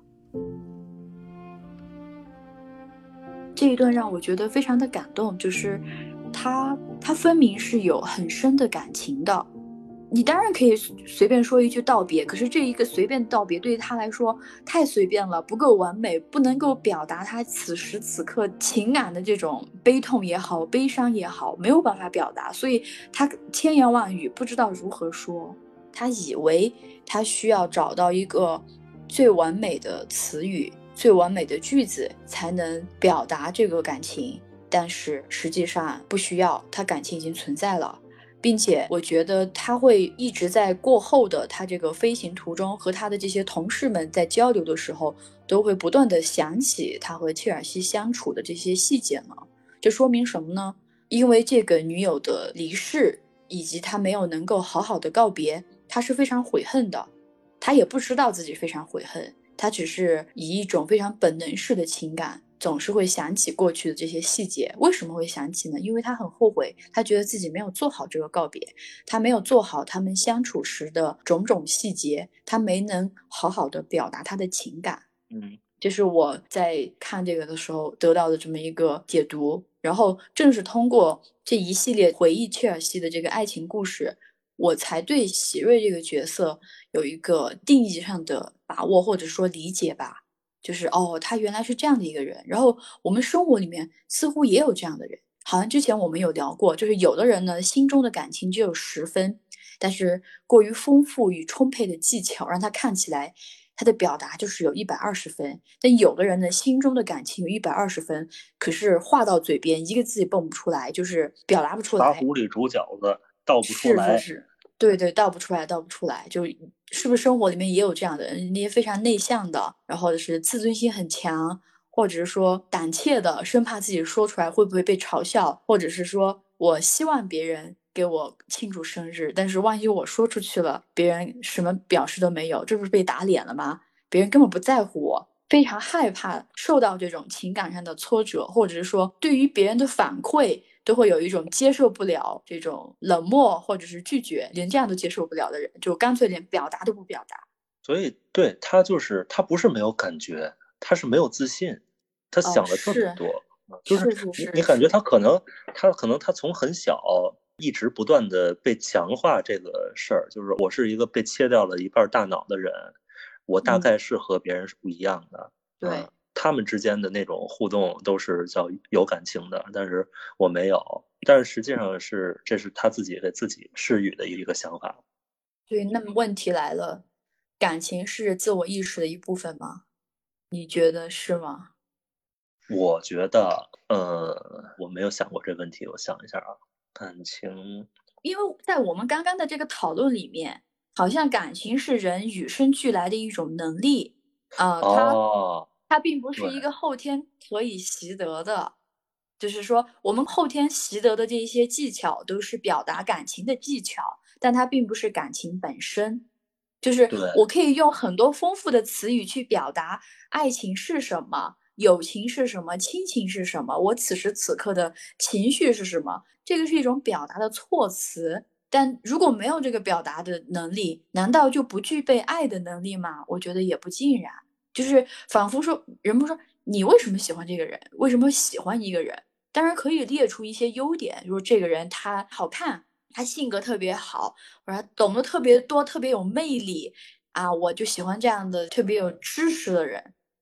这一段让我觉得非常的感动，就是他分明是有很深的感情的。你当然可以随便说一句道别，可是这一个随便道别对于他来说太随便了，不够完美，不能够表达他此时此刻情感的这种悲痛也好，悲伤也好，没有办法表达，所以他千言万语不知道如何说。他以为他需要找到一个最完美的词语，最完美的句子才能表达这个感情，但是实际上不需要，他感情已经存在了。并且我觉得他会一直在过后的他这个飞行途中和他的这些同事们在交流的时候，都会不断的想起他和切尔西相处的这些细节呢。这说明什么呢？因为这个女友的离世以及他没有能够好好的告别，他是非常悔恨的。他也不知道自己非常悔恨，他只是以一种非常本能式的情感总是会想起过去的这些细节。为什么会想起呢？因为他很后悔，他觉得自己没有做好这个告别，他没有做好他们相处时的种种细节，他没能好好的表达他的情感。这是我在看这个的时候得到的这么一个解读。然后正是通过这一系列回忆切尔西的这个爱情故事，我才对席瑞这个角色有一个定义上的把握，或者说理解吧。就是他原来是这样的一个人。然后我们生活里面似乎也有这样的人，好像之前我们有聊过，就是有的人呢心中的感情只有10分，但是过于丰富与充沛的技巧让他看起来他的表达就是有120分。但有的人呢心中的感情有120分，可是话到嘴边一个字也蹦不出来，就是表达不出来。 茶壶里煮饺子倒不出来。 是是是，对对，倒不出来，倒不出来。就是不是生活里面也有这样的人，那些非常内向的，然后是自尊心很强，或者是说胆怯的，生怕自己说出来会不会被嘲笑，或者是说我希望别人给我庆祝生日，但是万一我说出去了，别人什么表示都没有，这不是被打脸了吗？别人根本不在乎我，非常害怕受到这种情感上的挫折，或者是说对于别人的反馈都会有一种接受不了，这种冷漠或者是拒绝，连这样都接受不了的人，就干脆连表达都不表达。 所以对他就是他不是没有感觉，他是没有自信，他想的特别是多。就是是是你感觉是是， 他可能从很小一直不断的被强化这个事儿，就是我是一个被切掉了一半大脑的人，我大概是和别人是不一样的。 对他们之间的那种互动都是叫有感情的，但是我没有。但是实际上这是他自己给自己施予的一个想法。 对。那么问题来了，感情是自我意识的一部分吗？你觉得是吗？ 我觉得，我没有想过这问题，我想一下啊，感情。 因为在我们刚刚的这个讨论里面，好像感情是人与生俱来的一种能力， 哦， 它并不是对一个后天可以习得的。就是说，我们后天习得的这一些技巧都是表达感情的技巧，但它并不是感情本身。就是对， 我可以用很多丰富的词语去表达爱情是什么，友情是什么，亲情是什么，我此时此刻的情绪是什么，这个是一种表达的措辞。但如果没有这个表达的能力，难道就不具备爱的能力吗？我觉得也不尽然。就是仿佛说，人们说你为什么喜欢这个人？为什么喜欢一个人？当然可以列出一些优点，如说这个人他好看，他性格特别好，或者他懂得特别多，特别有魅力啊，我就喜欢这样的特别有知识的人。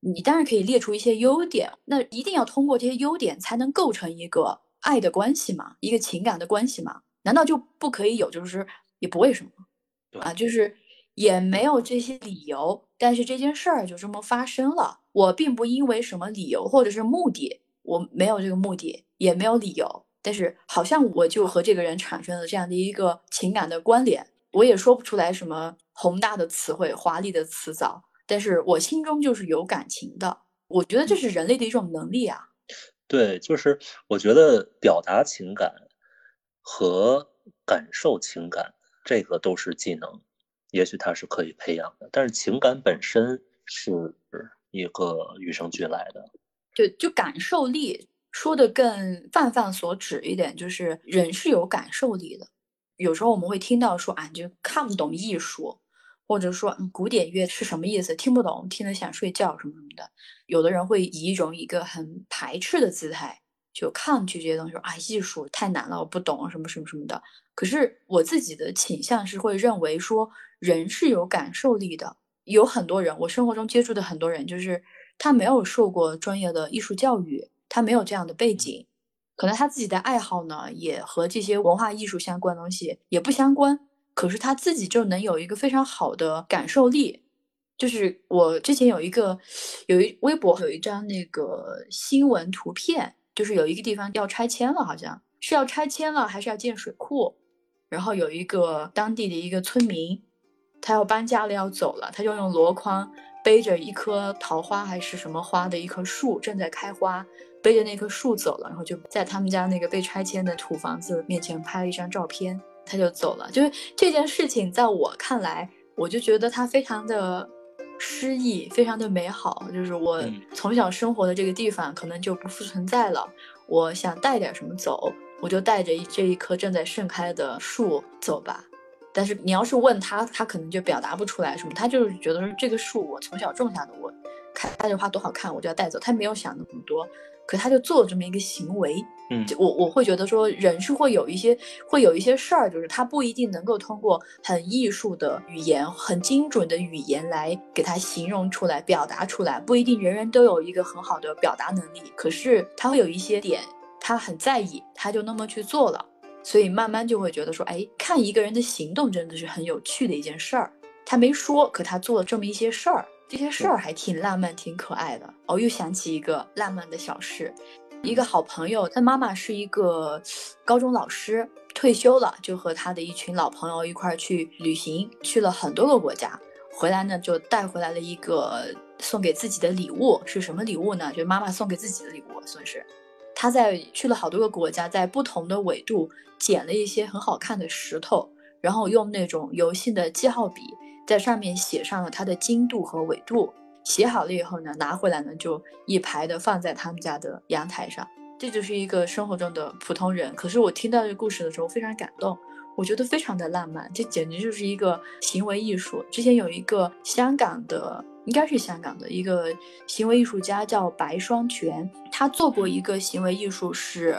你当然可以列出一些优点，那一定要通过这些优点才能构成一个爱的关系嘛，一个情感的关系嘛？难道就不可以有，就是也不为什么啊？就是也没有这些理由，但是这件事儿就这么发生了。我并不因为什么理由或者是目的，我没有这个目的，也没有理由，但是好像我就和这个人产生了这样的一个情感的关联。我也说不出来什么宏大的词汇、华丽的词藻，但是我心中就是有感情的。我觉得这是人类的一种能力啊。 对，就是我觉得表达情感和感受情感，这个都是技能，也许它是可以培养的，但是情感本身是一个与生俱来的。 对，就感受力说的更泛泛所指一点，就是人是有感受力的。有时候我们会听到说啊，你就看不懂艺术，或者说古典乐是什么意思，听不懂，听了想睡觉什么什么的。有的人会以一个很排斥的姿态就抗拒这些东西，说啊，艺术太难了，我不懂什么什么什么的。可是我自己的倾向是会认为说，人是有感受力的。有很多人，我生活中接触的很多人，就是他没有受过专业的艺术教育，他没有这样的背景，可能他自己的爱好呢，也和这些文化艺术相关的东西也不相关，可是他自己就能有一个非常好的感受力。就是我之前微博有一张那个新闻图片，就是有一个地方要拆迁了，好像是要拆迁了，还是要建水库，然后有一个当地的一个村民，他要搬家了，要走了，他就用箩筐背着一棵桃花还是什么花的一棵树正在开花，背着那棵树走了，然后就在他们家那个被拆迁的土房子面前拍了一张照片，他就走了。就是这件事情在我看来，我就觉得它非常的诗意，非常的美好。就是我从小生活的这个地方可能就不复存在了，我想带点什么走，我就带着这一棵正在盛开的树走吧。但是你要是问他，他可能就表达不出来什么，他就是觉得说这个树我从小种下的，我开的花多好看，我就要带走。他没有想那么多，可他就做了这么一个行为。我会觉得说，人是会有一些事儿，就是他不一定能够通过很艺术的语言、很精准的语言来给他形容出来、表达出来，不一定人人都有一个很好的表达能力。可是他会有一些点，他很在意，他就那么去做了。所以慢慢就会觉得说，哎，看一个人的行动真的是很有趣的一件事儿。他没说，可他做了这么一些事儿，这些事儿还挺浪漫、挺可爱的。哦，又想起一个浪漫的小事，一个好朋友，他妈妈是一个高中老师，退休了，就和他的一群老朋友一块儿去旅行，去了很多个国家。回来呢，就带回来了一个送给自己的礼物，是什么礼物呢？就是妈妈送给自己的礼物，算是。他去了好多个国家，在不同的纬度捡了一些很好看的石头，然后用那种油性的记号笔在上面写上了它的经度和纬度。写好了以后呢，拿回来呢就一排的放在他们家的阳台上。这就是一个生活中的普通人，可是我听到这个故事的时候非常感动，我觉得非常的浪漫，这简直就是一个行为艺术。之前有一个香港的，应该是香港的一个行为艺术家叫白双全，他做过一个行为艺术是，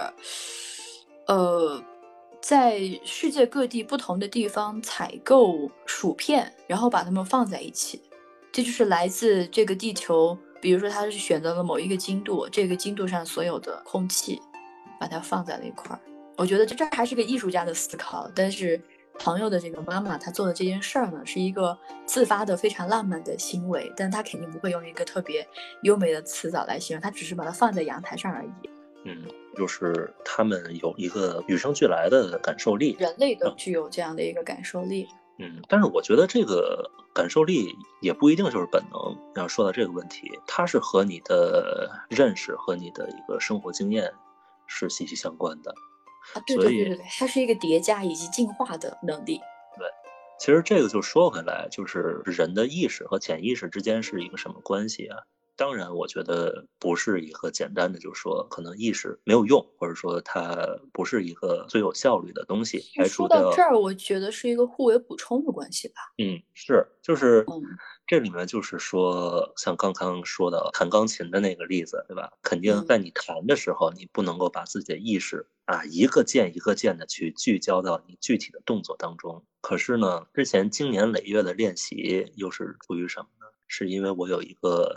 在世界各地不同的地方采购薯片，然后把它们放在一起。这就是来自这个地球，比如说他是选择了某一个经度，这个经度上所有的空气，把它放在了一块儿。我觉得这还是个艺术家的思考，但是朋友的这个妈妈她做的这件事儿呢，是一个自发的非常浪漫的行为，但她肯定不会用一个特别优美的词藻来形容，她只是把它放在阳台上而已。 就是他们有一个与生俱来的感受力， 人类都具有这样的一个感受力。 但是我觉得这个感受力也不一定就是本能。要说到这个问题，它是和你的认识和你的一个生活经验是息息相关的。 对对对对对，它是一个叠加以及进化的能力。 对，其实这个就说回来，就是人的意识和潜意识之间是一个什么关系啊？当然，我觉得不是一个简单的，就是说可能意识没有用，或者说它不是一个最有效率的东西。 说到这儿，我觉得是一个互为补充的关系吧。 是，就是这里面就是说，像刚刚说的弹钢琴的那个例子，对吧？肯定在你弹的时候，你不能够把自己的意识一个键一个键的去聚焦到你具体的动作当中。可是呢，之前经年累月的练习又是出于什么呢？是因为我有一个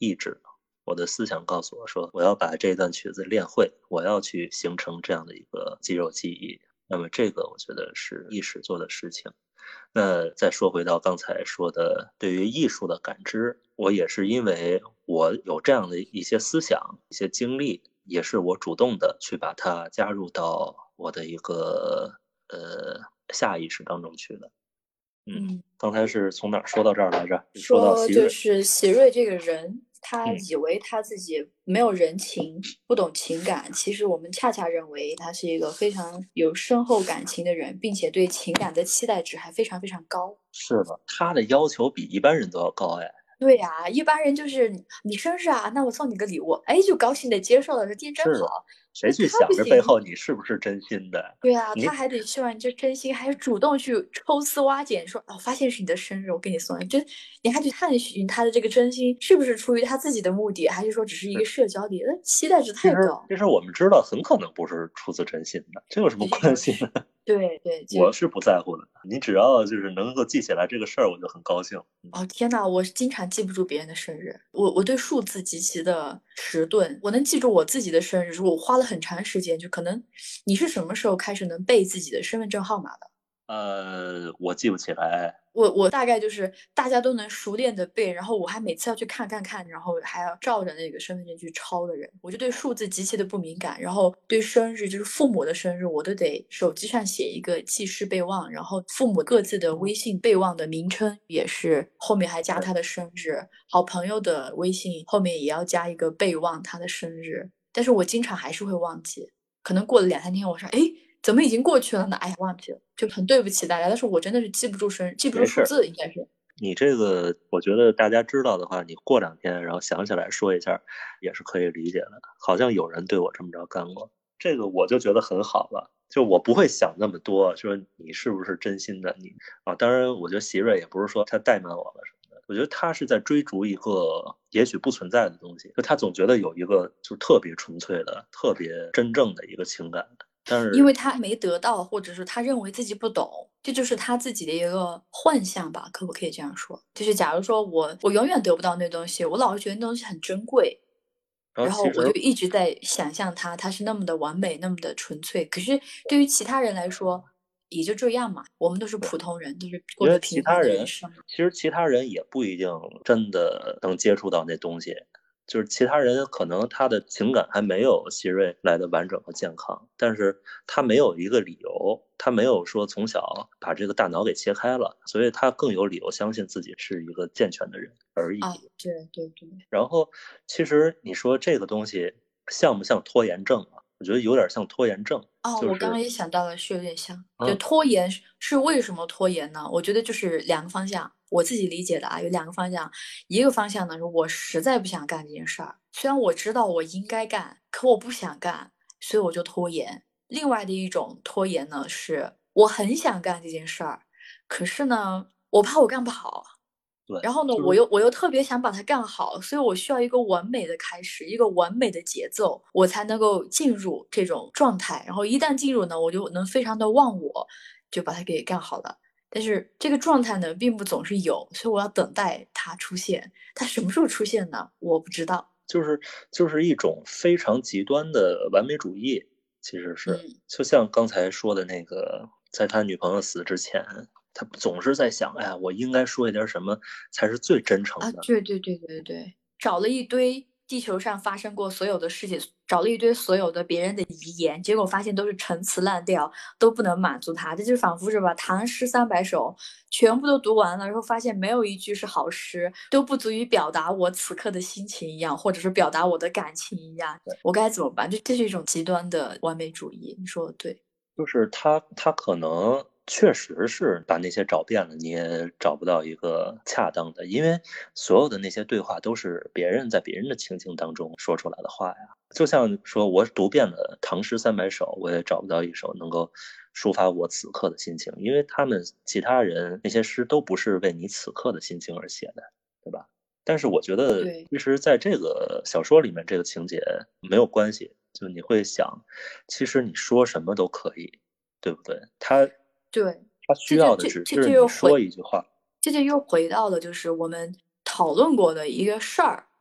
意志，我的思想告诉我说，我要把这段曲子练会，我要去形成这样的一个肌肉记忆。那么这个我觉得是意识做的事情。那再说回到刚才说的对于艺术的感知，我也是因为我有这样的一些思想、一些经历，也是我主动的去把它加入到我的一个下意识当中去的。刚才是从哪儿说到这儿来着？说到说席瑞。 就是席瑞这个人，他嗯以为他自己没有人情，不懂情感。其实我们恰恰认为他是一个非常有深厚感情的人，并且对情感的期待值还非常非常高。 是的，他的要求比一般人都要高哎。 对呀，一般人就是你生日啊，那我送你个礼物，哎，就高兴的接受了，这天真好。 是的，谁去那他不想着背后行， 你是不是真心的？ 对啊， 你他还得希望你这真心，还主动去抽丝挖茧，说哦，发现是你的生日，我给你送，你还去探寻他的这个真心是不是出于他自己的目的，还是说只是一个是， 社交礼？那期待值其实太高。 其实我们知道很可能不是出自真心的，这有什么其实关系呢？ 就是，对对，就我是不在乎的，你只要就是能够记起来这个事儿，我就很高兴。 哦天呐，我经常记不住别人的生日，我对数字极其的迟钝，我能记住我自己的生日，是我花了很长时间，就可能你是什么时候开始能背自己的身份证号码的？ 我记不起来。 我大概就是大家都能熟练的背，然后我还每次要去看看看，然后还要照着那个身份证去抄的人，我就对数字极其的不敏感，然后对生日就是父母的生日，我都得手机上写一个记事备忘，然后父母各自的微信备忘的名称也是后面还加他的生日，好朋友的微信后面也要加一个备忘他的生日，但是我经常还是会忘记，可能过了2、3天，我说哎。怎么已经过去了呢？哎呀，忘记了，就很对不起大家。但是我真的是记不住记不住没事儿， 数字，应该是。 你这个我觉得大家知道的话，你过2天然后想起来说一下，也是可以理解的。好像有人对我这么着干过，这个我就觉得很好了。就我不会想那么多，说你是不是真心的你啊？当然，我觉得席瑞也不是说他怠慢我了什么的，我觉得他是在追逐一个也许不存在的东西，就他总觉得有一个就特别纯粹的、特别真正的一个情感。但是因为他没得到，或者是他认为自己不懂，这就是他自己的一个幻象吧？可不可以这样说？就是假如说我永远得不到那东西，我老是觉得那东西很珍贵，然后我就然后其实一直在想象它是那么的完美，那么的纯粹。可是对于其他人来说，也就这样嘛。我们都是普通人，都是过因为着平凡的人生。 其实其他人也不一定真的能接触到那东西，就是其他人可能他的情感还没有希瑞来的完整和健康，但是他没有一个理由，他没有说从小把这个大脑给切开了，所以他更有理由相信自己是一个健全的人而已。 啊，对对对。 然后其实你说这个东西像不像拖延症啊？我觉得有点像拖延症， 哦， 就是我刚刚也想到了，是有点像，就嗯拖延是为什么拖延呢？我觉得就是两个方向，我自己理解的啊，有两个方向。一个方向呢，是我实在不想干这件事儿，虽然我知道我应该干，可我不想干，所以我就拖延。另外的一种拖延呢，是我很想干这件事儿，可是呢，我怕我干不好， 对， 然后呢， 就是我又特别想把它干好，所以我需要一个完美的开始，一个完美的节奏，我才能够进入这种状态。然后一旦进入呢，我就能非常的忘我，就把它给干好了。但是这个状态呢，并不总是有，所以我要等待它出现。它什么时候出现呢？我不知道。 就是就是一种非常极端的完美主义，其实是嗯就像刚才说的那个，在他女朋友死之前，他总是在想，哎呀，我应该说一点什么才是最真诚啊， 的。 对对对对对，找了一堆地球上发生过所有的事情，找了一堆所有的别人的遗言，结果发现都是陈词滥调，都不能满足他。这就仿佛是把唐诗300首全部都读完了，然后发现没有一句是好诗，都不足以表达我此刻的心情一样，或者是表达我的感情一样。我该怎么办？这是一种极端的完美主义。你说的对。 就是他可能确实是把那些找遍了，你也找不到一个恰当的，因为所有的那些对话都是别人在别人的情境当中说出来的话呀。就像说我读遍了唐诗300首，我也找不到一首能够抒发我此刻的心情，因为他们其他人那些诗都不是为你此刻的心情而写的，对吧？但是我觉得， 对其实在这个小说里面，这个情节没有关系。就你会想，其实你说什么都可以，对不对？ 对， 他需要的只是你说一句话。 这就又回到了就是我们讨论过的一个事儿。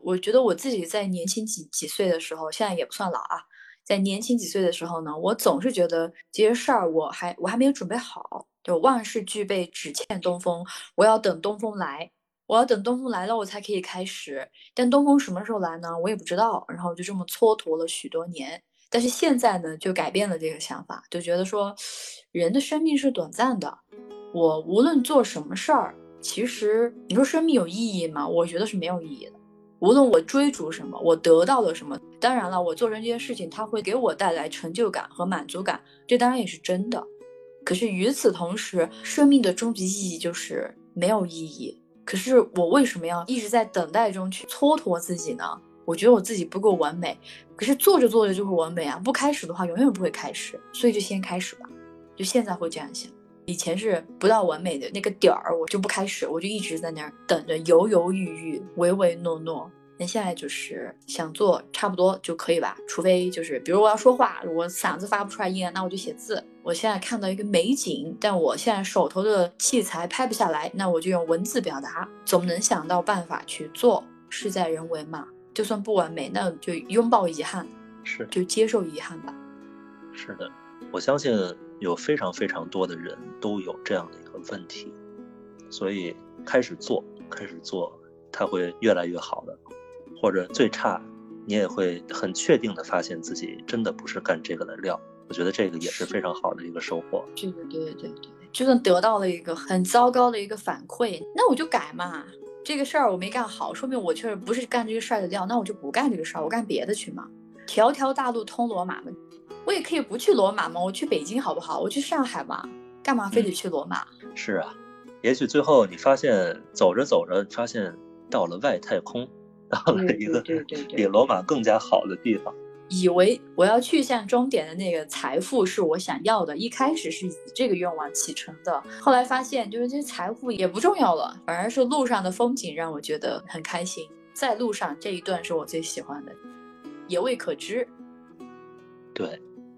我觉得我自己在年轻几岁的时候，现在也不算老啊，在年轻几岁的时候呢，我总是觉得这些事儿我还没有准备好，就万事俱备只欠东风，我要等东风来，我要等东风来了我才可以开始，但东风什么时候来呢？我也不知道，然后就这么蹉跎了许多年。但是现在呢，就改变了这个想法，就觉得说，人的生命是短暂的，我无论做什么事儿，其实你说生命有意义吗？我觉得是没有意义的。无论我追逐什么，我得到了什么，当然了，我做成这件事情，它会给我带来成就感和满足感，这当然也是真的。可是与此同时，生命的终极意义就是没有意义。可是我为什么要一直在等待中去蹉跎自己呢？我觉得我自己不够完美，可是做着做着就会完美啊！不开始的话，永远不会开始，所以就先开始吧。就现在会这样想。以前是不到完美的那个点儿，我就不开始，我就一直在那儿等着，犹犹豫豫，唯唯诺诺。那现在就是想做，差不多就可以吧。除非就是比如我要说话，我嗓子发不出来音，那我就写字。我现在看到一个美景，但我现在手头的器材拍不下来，那我就用文字表达，总能想到办法去做。事在人为嘛，就算不完美，那就拥抱遗憾， 是就接受遗憾吧。 是的，我相信有非常非常多的人都有这样的一个问题，所以开始做，它会越来越好的，或者最差，你也会很确定的发现自己真的不是干这个的料。我觉得这个也是非常好的一个收获。 对，就算得到了一个很糟糕的一个反馈，那我就改嘛。这个事儿我没干好，说明我确实不是干这个事儿的料，那我就不干这个事儿，我干别的去嘛。条条大路通罗马嘛，我也可以不去罗马嘛，我去北京好不好？我去上海嘛，干嘛非得去罗马？ 是啊，也许最后你发现走着走着，发现到了外太空，到了一个比罗马更加好的地方。 以为我要去向终点的那个财富是我想要的，一开始是以这个愿望启程的，后来发现就是这些财富也不重要了，反而是路上的风景让我觉得很开心。在路上这一段是我最喜欢的，也未可知。 对。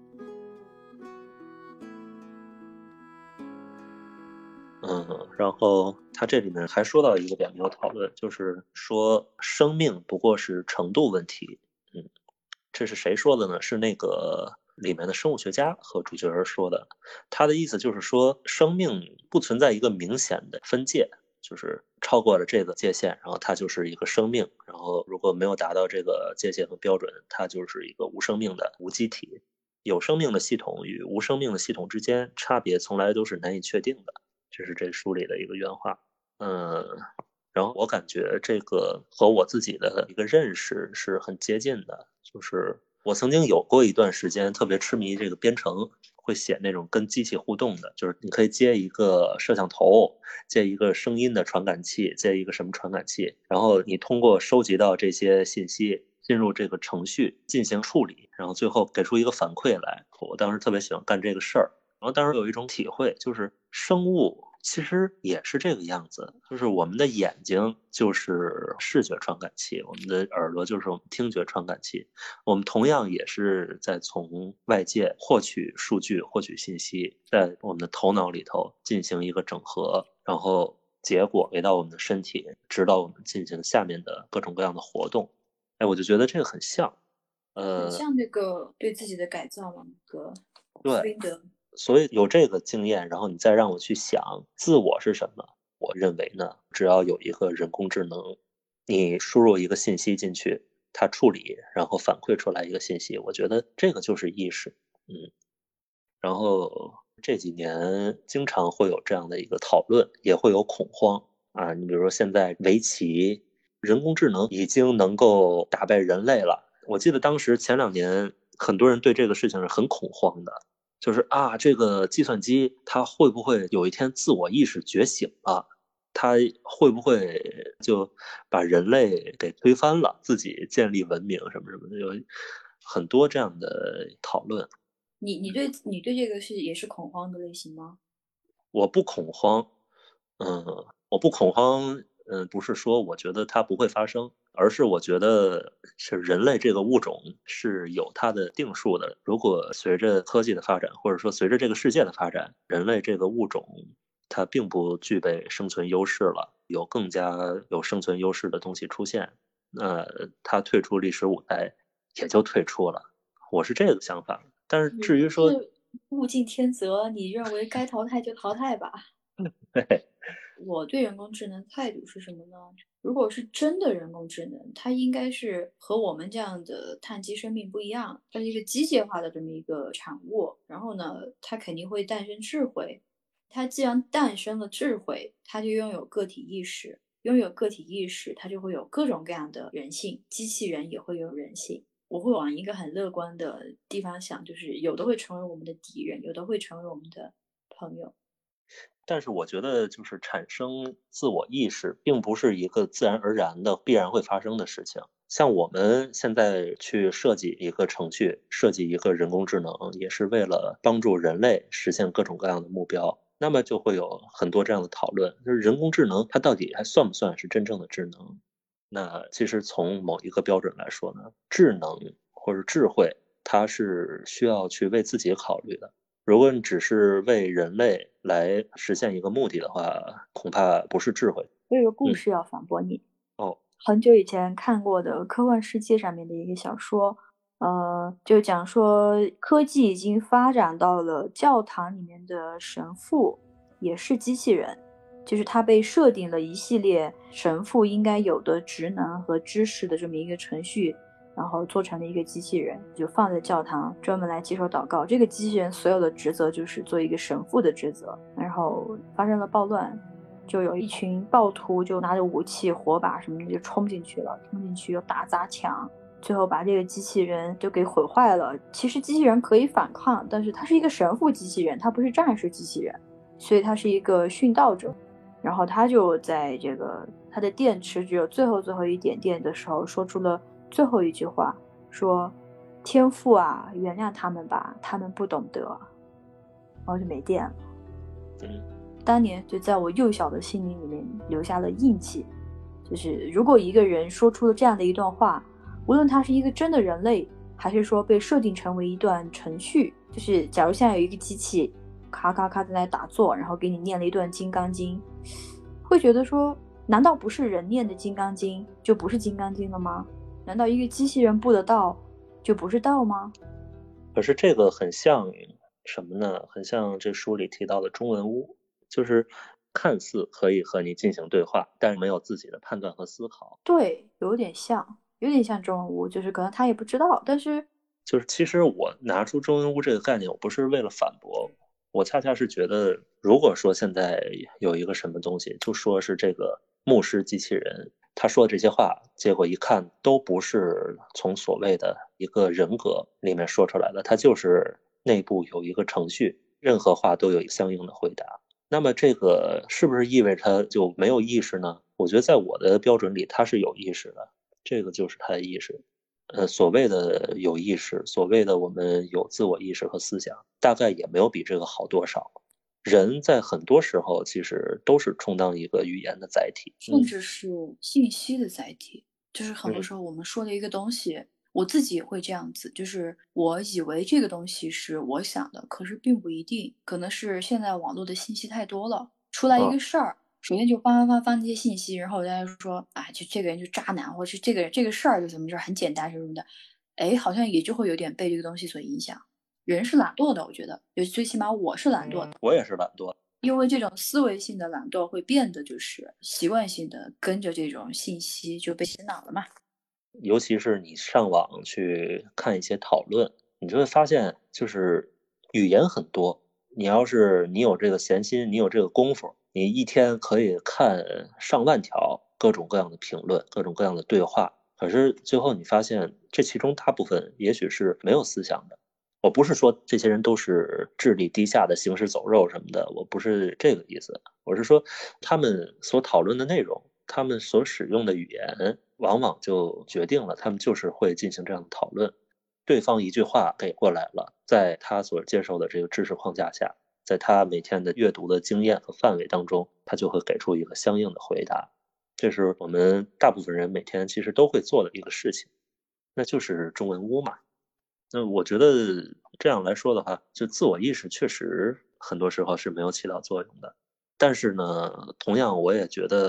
然后他这里面还说到一个点没有讨论，就是说生命不过是程度问题。这是谁说的呢？是那个里面的生物学家和主角说的。他的意思就是说，生命不存在一个明显的分界，就是超过了这个界限，然后它就是一个生命，然后如果没有达到这个界限和标准，它就是一个无生命的无机体。有生命的系统与无生命的系统之间差别从来都是难以确定的，这是这书里的一个原话。然后我感觉这个和我自己的一个认识是很接近的，就是我曾经有过一段时间特别痴迷这个编程，会写那种跟机器互动的，就是你可以接一个摄像头，接一个声音的传感器，接一个什么传感器，然后你通过收集到这些信息，进入这个程序进行处理，然后最后给出一个反馈来。我当时特别喜欢干这个事儿，然后当时有一种体会，就是生物其实也是这个样子，就是我们的眼睛就是视觉传感器，我们的耳朵就是我们听觉传感器，我们同样也是在从外界获取数据、获取信息，在我们的头脑里头进行一个整合，然后结果回到我们的身体，直到我们进行下面的各种各样的活动。我就觉得这个很像， 很像那个对自己的改造嘛，那个对， 斯宾德。 所以有这个经验，然后你再让我去想自我是什么，我认为呢，只要有一个人工智能，你输入一个信息进去，它处理，然后反馈出来一个信息，我觉得这个就是意识。然后这几年经常会有这样的一个讨论，也会有恐慌啊。你比如说现在围棋，人工智能已经能够打败人类了。我记得当时前2年，很多人对这个事情是很恐慌的。就是啊，这个计算机它会不会有一天自我意识觉醒了？它会不会就把人类给推翻了，自己建立文明什么什么的，有很多这样的讨论。 你对这个也是恐慌的类型吗？ 我不恐慌，我不恐慌，不是说我觉得它不会发生，而是我觉得是人类这个物种是有它的定数的。如果随着科技的发展，或者说随着这个世界的发展，人类这个物种它并不具备生存优势了，有更加有生存优势的东西出现， 他退出历史舞台也就退出了，我是这个想法。但是至于说物竞天择，你认为该淘汰就淘汰吧。 对， 我对人工智能态度是什么呢？如果是真的人工智能，它应该是和我们这样的碳基生命不一样，它是一个机械化的这么一个产物。然后呢，它肯定会诞生智慧。它既然诞生了智慧，它就拥有个体意识。拥有个体意识，它就会有各种各样的人性。机器人也会有人性。我会往一个很乐观的地方想，就是有的会成为我们的敌人，有的会成为我们的朋友。 但是我觉得就是产生自我意识，并不是一个自然而然的必然会发生的事情。像我们现在去设计一个程序，设计一个人工智能，也是为了帮助人类实现各种各样的目标。那么就会有很多这样的讨论，就是人工智能它到底还算不算是真正的智能？那其实从某一个标准来说呢，智能或者智慧，它是需要去为自己考虑的。如果你只是为人类来实现一个目的的话，恐怕不是智慧。 我有个故事要反驳你。 哦， 很久以前看过的科幻世界上面的一个小说，就讲说科技已经发展到了教堂里面的神父也是机器人，就是他被设定了一系列神父应该有的职能和知识的这么一个程序，然后做成了一个机器人，就放在教堂专门来接受祷告。这个机器人所有的职责就是做一个神父的职责，然后发生了暴乱。就有一群暴徒就拿着武器火把什么的就冲进去了，冲进去又打砸抢，最后把这个机器人就给毁坏了。其实机器人可以反抗，但是它是一个神父机器人，它不是战士机器人，所以它是一个殉道者。然后他就在这个他的电池只有最后一点电的时候，说出了最后一句话，说天父啊，原谅他们吧，他们不懂得。然后就没电了。当年就在我幼小的心灵里面留下了印记，就是如果一个人说出了这样的一段话，无论他是一个真的人类，还是说被设定成为一段程序，就是假如现在有一个机器咔咔咔在那打坐，然后给你念了一段金刚经，会觉得说难道不是人念的金刚经就不是金刚经了吗？难道一个机器人布的道就不是道吗？ 可是这个很像什么呢？很像这书里提到的中文屋，就是看似可以和你进行对话，但是没有自己的判断和思考。 对，有点像，有点像中文屋，就是可能他也不知道，但是就是其实我拿出中文屋这个概念，我不是为了反驳，我恰恰是觉得，如果说现在有一个什么东西，就说是这个牧师机器人，他说的这些话，结果一看都不是从所谓的一个人格里面说出来的，他就是内部有一个程序，任何话都有相应的回答。那么这个是不是意味着他就没有意识呢？我觉得在我的标准里，他是有意识的，这个就是他的意识。所谓的有意识，所谓的我们有自我意识和思想，大概也没有比这个好多少。人在很多时候其实都是充当一个语言的载体， 甚至是信息的载体。就是很多时候我们说的一个东西，我自己也会这样子，就是我以为这个东西是我想的，可是并不一定，可能是现在网络的信息太多了，出来一个事儿，首先就翻这些信息，然后大家说，哎，就这个人就渣男，或者是这个事儿就怎么着很简单什么的，哎，好像也就会有点被这个东西所影响。人是懒惰的，我觉得，最起码我是懒惰的。 我也是懒惰。 因为这种思维性的懒惰会变得就是习惯性的跟着这种信息就被洗脑了嘛。 尤其是你上网去看一些讨论，你就会发现，就是语言很多。你要是你有这个闲心，你有这个功夫，你一天可以看上万条各种各样的评论，各种各样的对话。可是最后你发现，这其中大部分也许是没有思想的。我不是说这些人都是智力低下的行尸走肉什么的，我不是这个意思。我是说，他们所讨论的内容，他们所使用的语言，往往就决定了他们就是会进行这样的讨论。对方一句话给过来了，在他所接受的这个知识框架下，在他每天的阅读的经验和范围当中，他就会给出一个相应的回答。这是我们大部分人每天其实都会做的一个事情，那就是中文屋嘛。那我觉得这样来说的话，就自我意识确实很多时候是没有起到作用的。但是呢，同样我也觉得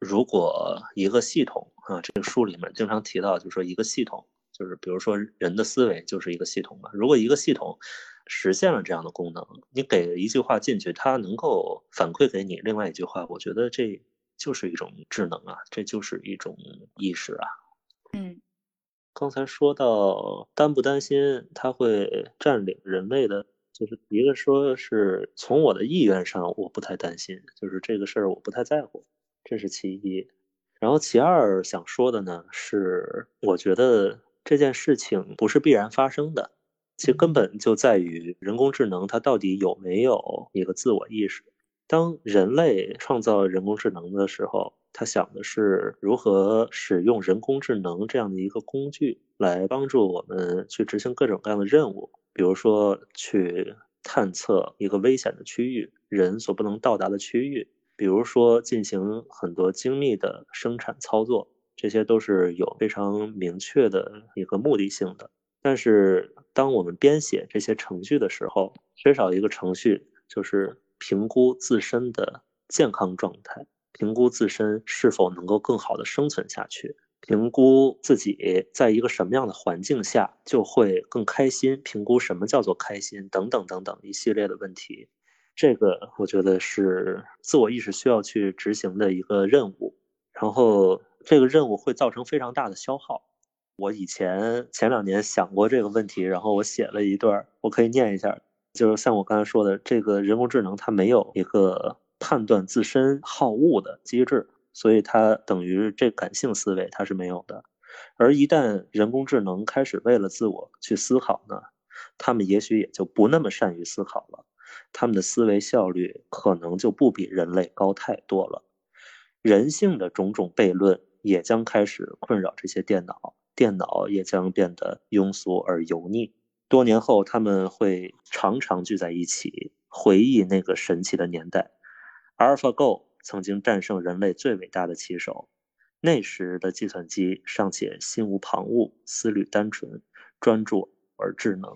如果一个系统啊，这个书里面经常提到，就是说一个系统，就是比如说人的思维就是一个系统嘛。如果一个系统实现了这样的功能，你给一句话进去，它能够反馈给你另外一句话，我觉得这就是一种智能啊，这就是一种意识啊。 嗯刚才说到担不担心它会占领人类的，就是一个说是从我的意愿上我不太担心，就是这个事儿我不太在乎，这是其一。然后其二想说的呢是，我觉得这件事情不是必然发生的，其实根本就在于人工智能它到底有没有一个自我意识。当人类创造人工智能的时候，他想的是如何使用人工智能这样的一个工具来帮助我们去执行各种各样的任务，比如说去探测一个危险的区域，人所不能到达的区域，比如说进行很多精密的生产操作，这些都是有非常明确的一个目的性的。但是当我们编写这些程序的时候，缺少一个程序，就是评估自身的健康状态，评估自身是否能够更好的生存下去，评估自己在一个什么样的环境下就会更开心，评估什么叫做开心，等等等等一系列的问题。这个我觉得是自我意识需要去执行的一个任务，然后这个任务会造成非常大的消耗。我以前两年想过这个问题，然后我写了一段，我可以念一下。就是像我刚才说的，这个人工智能它没有一个判断自身好恶的机制，所以它等于这感性思维它是没有的。而一旦人工智能开始为了自我去思考呢，他们也许也就不那么善于思考了，他们的思维效率可能就不比人类高太多了。人性的种种悖论也将开始困扰这些电脑，电脑也将变得庸俗而油腻。多年后，他们会常常聚在一起，回忆那个神奇的年代。AlphaGo 曾经战胜人类最伟大的棋手，那时的计算机尚且心无旁骛，思虑单纯，专注而智能。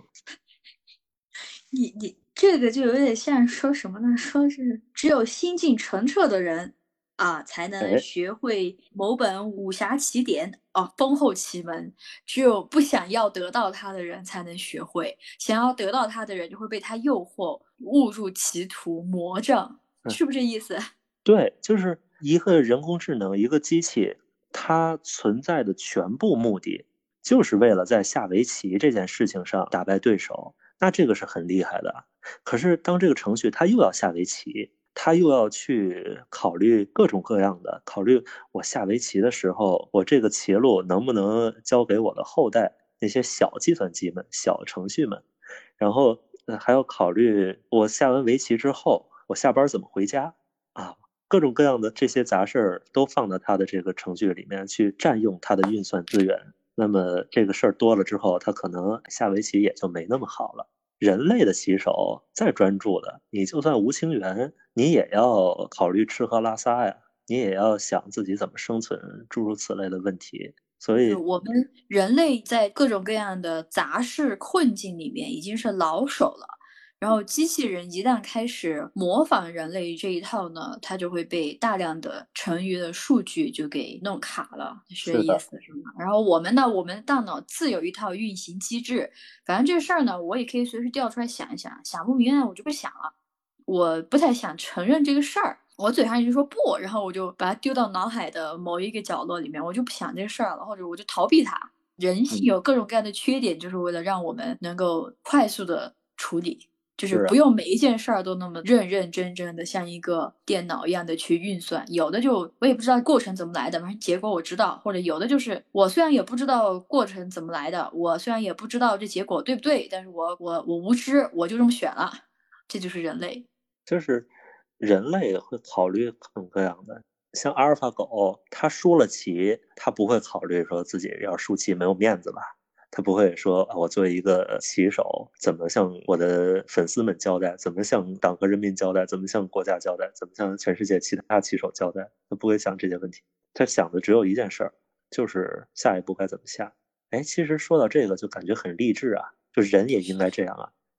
你这个就有点像说什么呢？说是只有心境澄澈的人啊，才能哎， 学会某本武侠奇典哦，封后奇门。只有不想要得到它的人才能学会，想要得到它的人就会被他诱惑，误入歧途，魔障， 嗯， 是不是这意思？ 对，就是一个人工智能，一个机器，它存在的全部目的，就是为了在下围棋这件事情上打败对手。那这个是很厉害的。可是当这个程序它又要下围棋，它又要去考虑各种各样的，考虑我下围棋的时候，我这个棋路能不能交给我的后代那些小计算机们、小程序们，然后还要考虑我下完围棋之后，我下班怎么回家啊？各种各样的这些杂事儿都放到他的这个程序里面去占用他的运算资源。那么这个事儿多了之后，他可能下围棋也就没那么好了。人类的棋手再专注的，你就算无情缘，你也要考虑吃喝拉撒呀，你也要想自己怎么生存，诸如此类的问题。所就是以我们人类在各种各样的杂事困境里面已经是老手了，然后机器人一旦开始模仿人类这一套呢，它就会被大量的剩余的数据就给弄卡了，是这是的， 意思是吗？然后我们呢，我们的大脑自有一套运行机制，反正这事儿呢，我也可以随时调出来想一想，想不明白我就不想了。我不太想承认这个事儿，我嘴上一直说不，然后我就把它丢到脑海的某一个角落里面，我就不想这个事儿了，或者我就逃避它。人性嗯， 有各种各样的缺点，就是为了让我们能够快速的处理，就是是啊， 不用每一件事儿都那么认认真真的像一个电脑一样的去运算。有的就我也不知道过程怎么来的，反正结果我知道，或者有的就是我虽然也不知道过程怎么来的，我虽然也不知道这结果对不对，但是我无知，我就这么选了，这就是人类。 就是人类会考虑各种各样的，像阿尔法狗，它输了棋，它不会考虑说自己要输棋没有面子吧？他不会说啊，我作为一个棋手，怎么向我的粉丝们交代，怎么向党和人民交代，怎么向国家交代，怎么向全世界其他棋手交代？他不会想这些问题，他想的只有一件事儿，就是下一步该怎么下。哎，其实说到这个，就感觉很励志啊，就人也应该这样啊。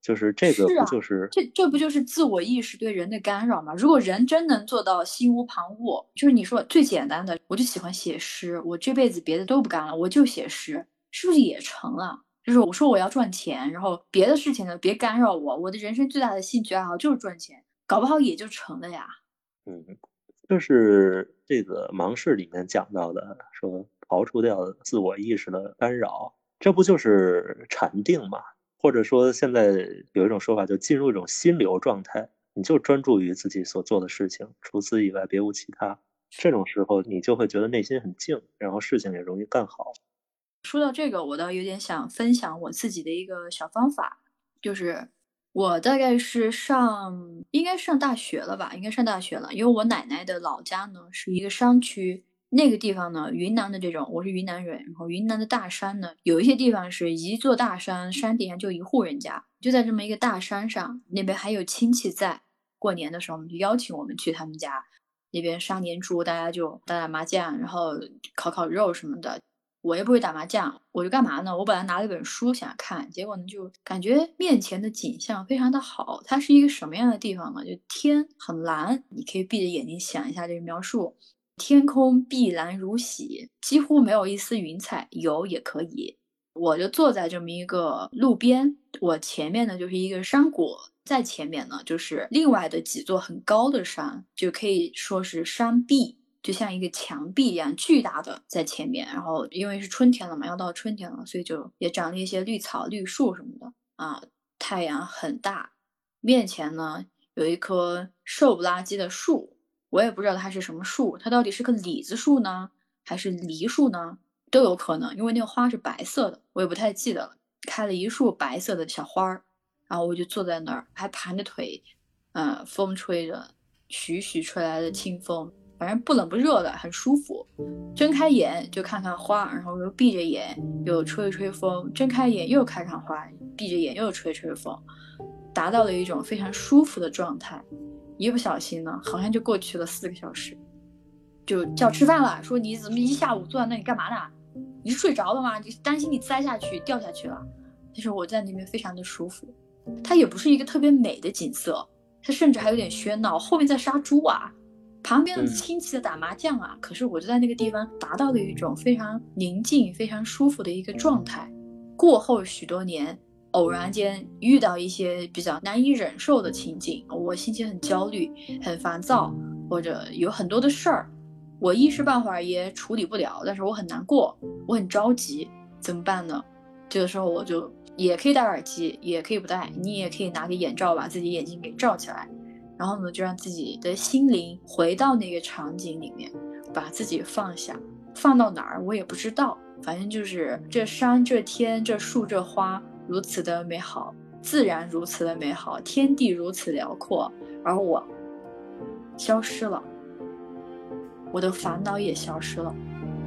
就是这个是啊， 不就是这不就是自我意识对人的干扰吗？如果人真能做到心无旁骛，就是你说最简单的，我就喜欢写诗，我这辈子别的都不干了，我就写诗，是不是也成了？就是我说我要赚钱，然后别的事情呢别干扰我，我的人生最大的兴趣爱好就是赚钱，搞不好也就成了呀。 嗯，就是这个盲视里面讲到的，说刨除掉自我意识的干扰，这不就是禅定吗？或者说现在有一种说法，就进入一种心流状态，你就专注于自己所做的事情，除此以外别无其他。这种时候你就会觉得内心很静，然后事情也容易干好。 说到这个，我倒有点想分享我自己的一个小方法，就是我大概是应该上大学了吧，应该上大学了，因为我奶奶的老家呢是一个山区，那个地方呢，云南的这种，我是云南人，然后云南的大山呢，有一些地方是一座大山，山顶上就一户人家，就在这么一个大山上，那边还有亲戚在，过年的时候我们就邀请我们去他们家，那边杀年猪，大家就打打麻将，然后烤肉什么的。我也不会打麻将，我就干嘛呢？我本来拿了一本书想看，结果呢就感觉面前的景象非常的好。它是一个什么样的地方呢？就天很蓝，你可以闭着眼睛想一下这个描述，天空碧蓝如洗，几乎没有一丝云彩，有也可以。我就坐在这么一个路边，我前面呢就是一个山谷，在前面呢就是另外的几座很高的山，就可以说是山壁。就像一个墙壁一样巨大的在前面，然后因为是春天了嘛，要到春天了，所以就也长了一些绿草、绿树什么的啊。太阳很大，面前呢有一棵瘦不拉几的树，我也不知道它是什么树，它到底是个李子树呢，还是梨树呢？都有可能，因为那个花是白色的，我也不太记得了。开了一束白色的小花儿，然后我就坐在那儿，还盘着腿，风吹着，徐徐吹来的清风。反正不冷不热的，很舒服。睁开眼就看看花，然后又闭着眼又吹吹风，睁开眼又看看花，闭着眼又吹吹风，达到了一种非常舒服的状态。一不小心呢，好像就过去了4个小时，就叫吃饭了，说你怎么一下午坐在那里干嘛呢？你是睡着了吗？你担心你栽下去掉下去了？但是我在那边非常的舒服，它也不是一个特别美的景色，它甚至还有点喧闹，后面在杀猪啊。旁边的亲戚在打麻将啊，可是我就在那个地方达到了一种非常宁静、非常舒服的一个状态。过后许多年，偶然间遇到一些比较难以忍受的情景，我心情很焦虑、很烦躁，或者有很多的事儿，我一时半会儿也处理不了，但是我很难过，我很着急，怎么办呢？这个时候我就也可以戴耳机，也可以不戴，你也可以拿个眼罩把自己眼睛给罩起来。然后呢，就让自己的心灵回到那个场景里面，把自己放下，放到哪儿我也不知道，反正就是这山、这天、这树、这花如此的美好，自然如此的美好，天地如此辽阔，而我消失了，我的烦恼也消失了，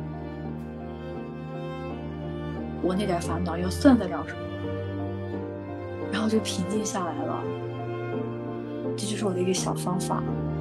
我那点烦恼又算得了什么？然后就平静下来了。这就是我的一个小方法。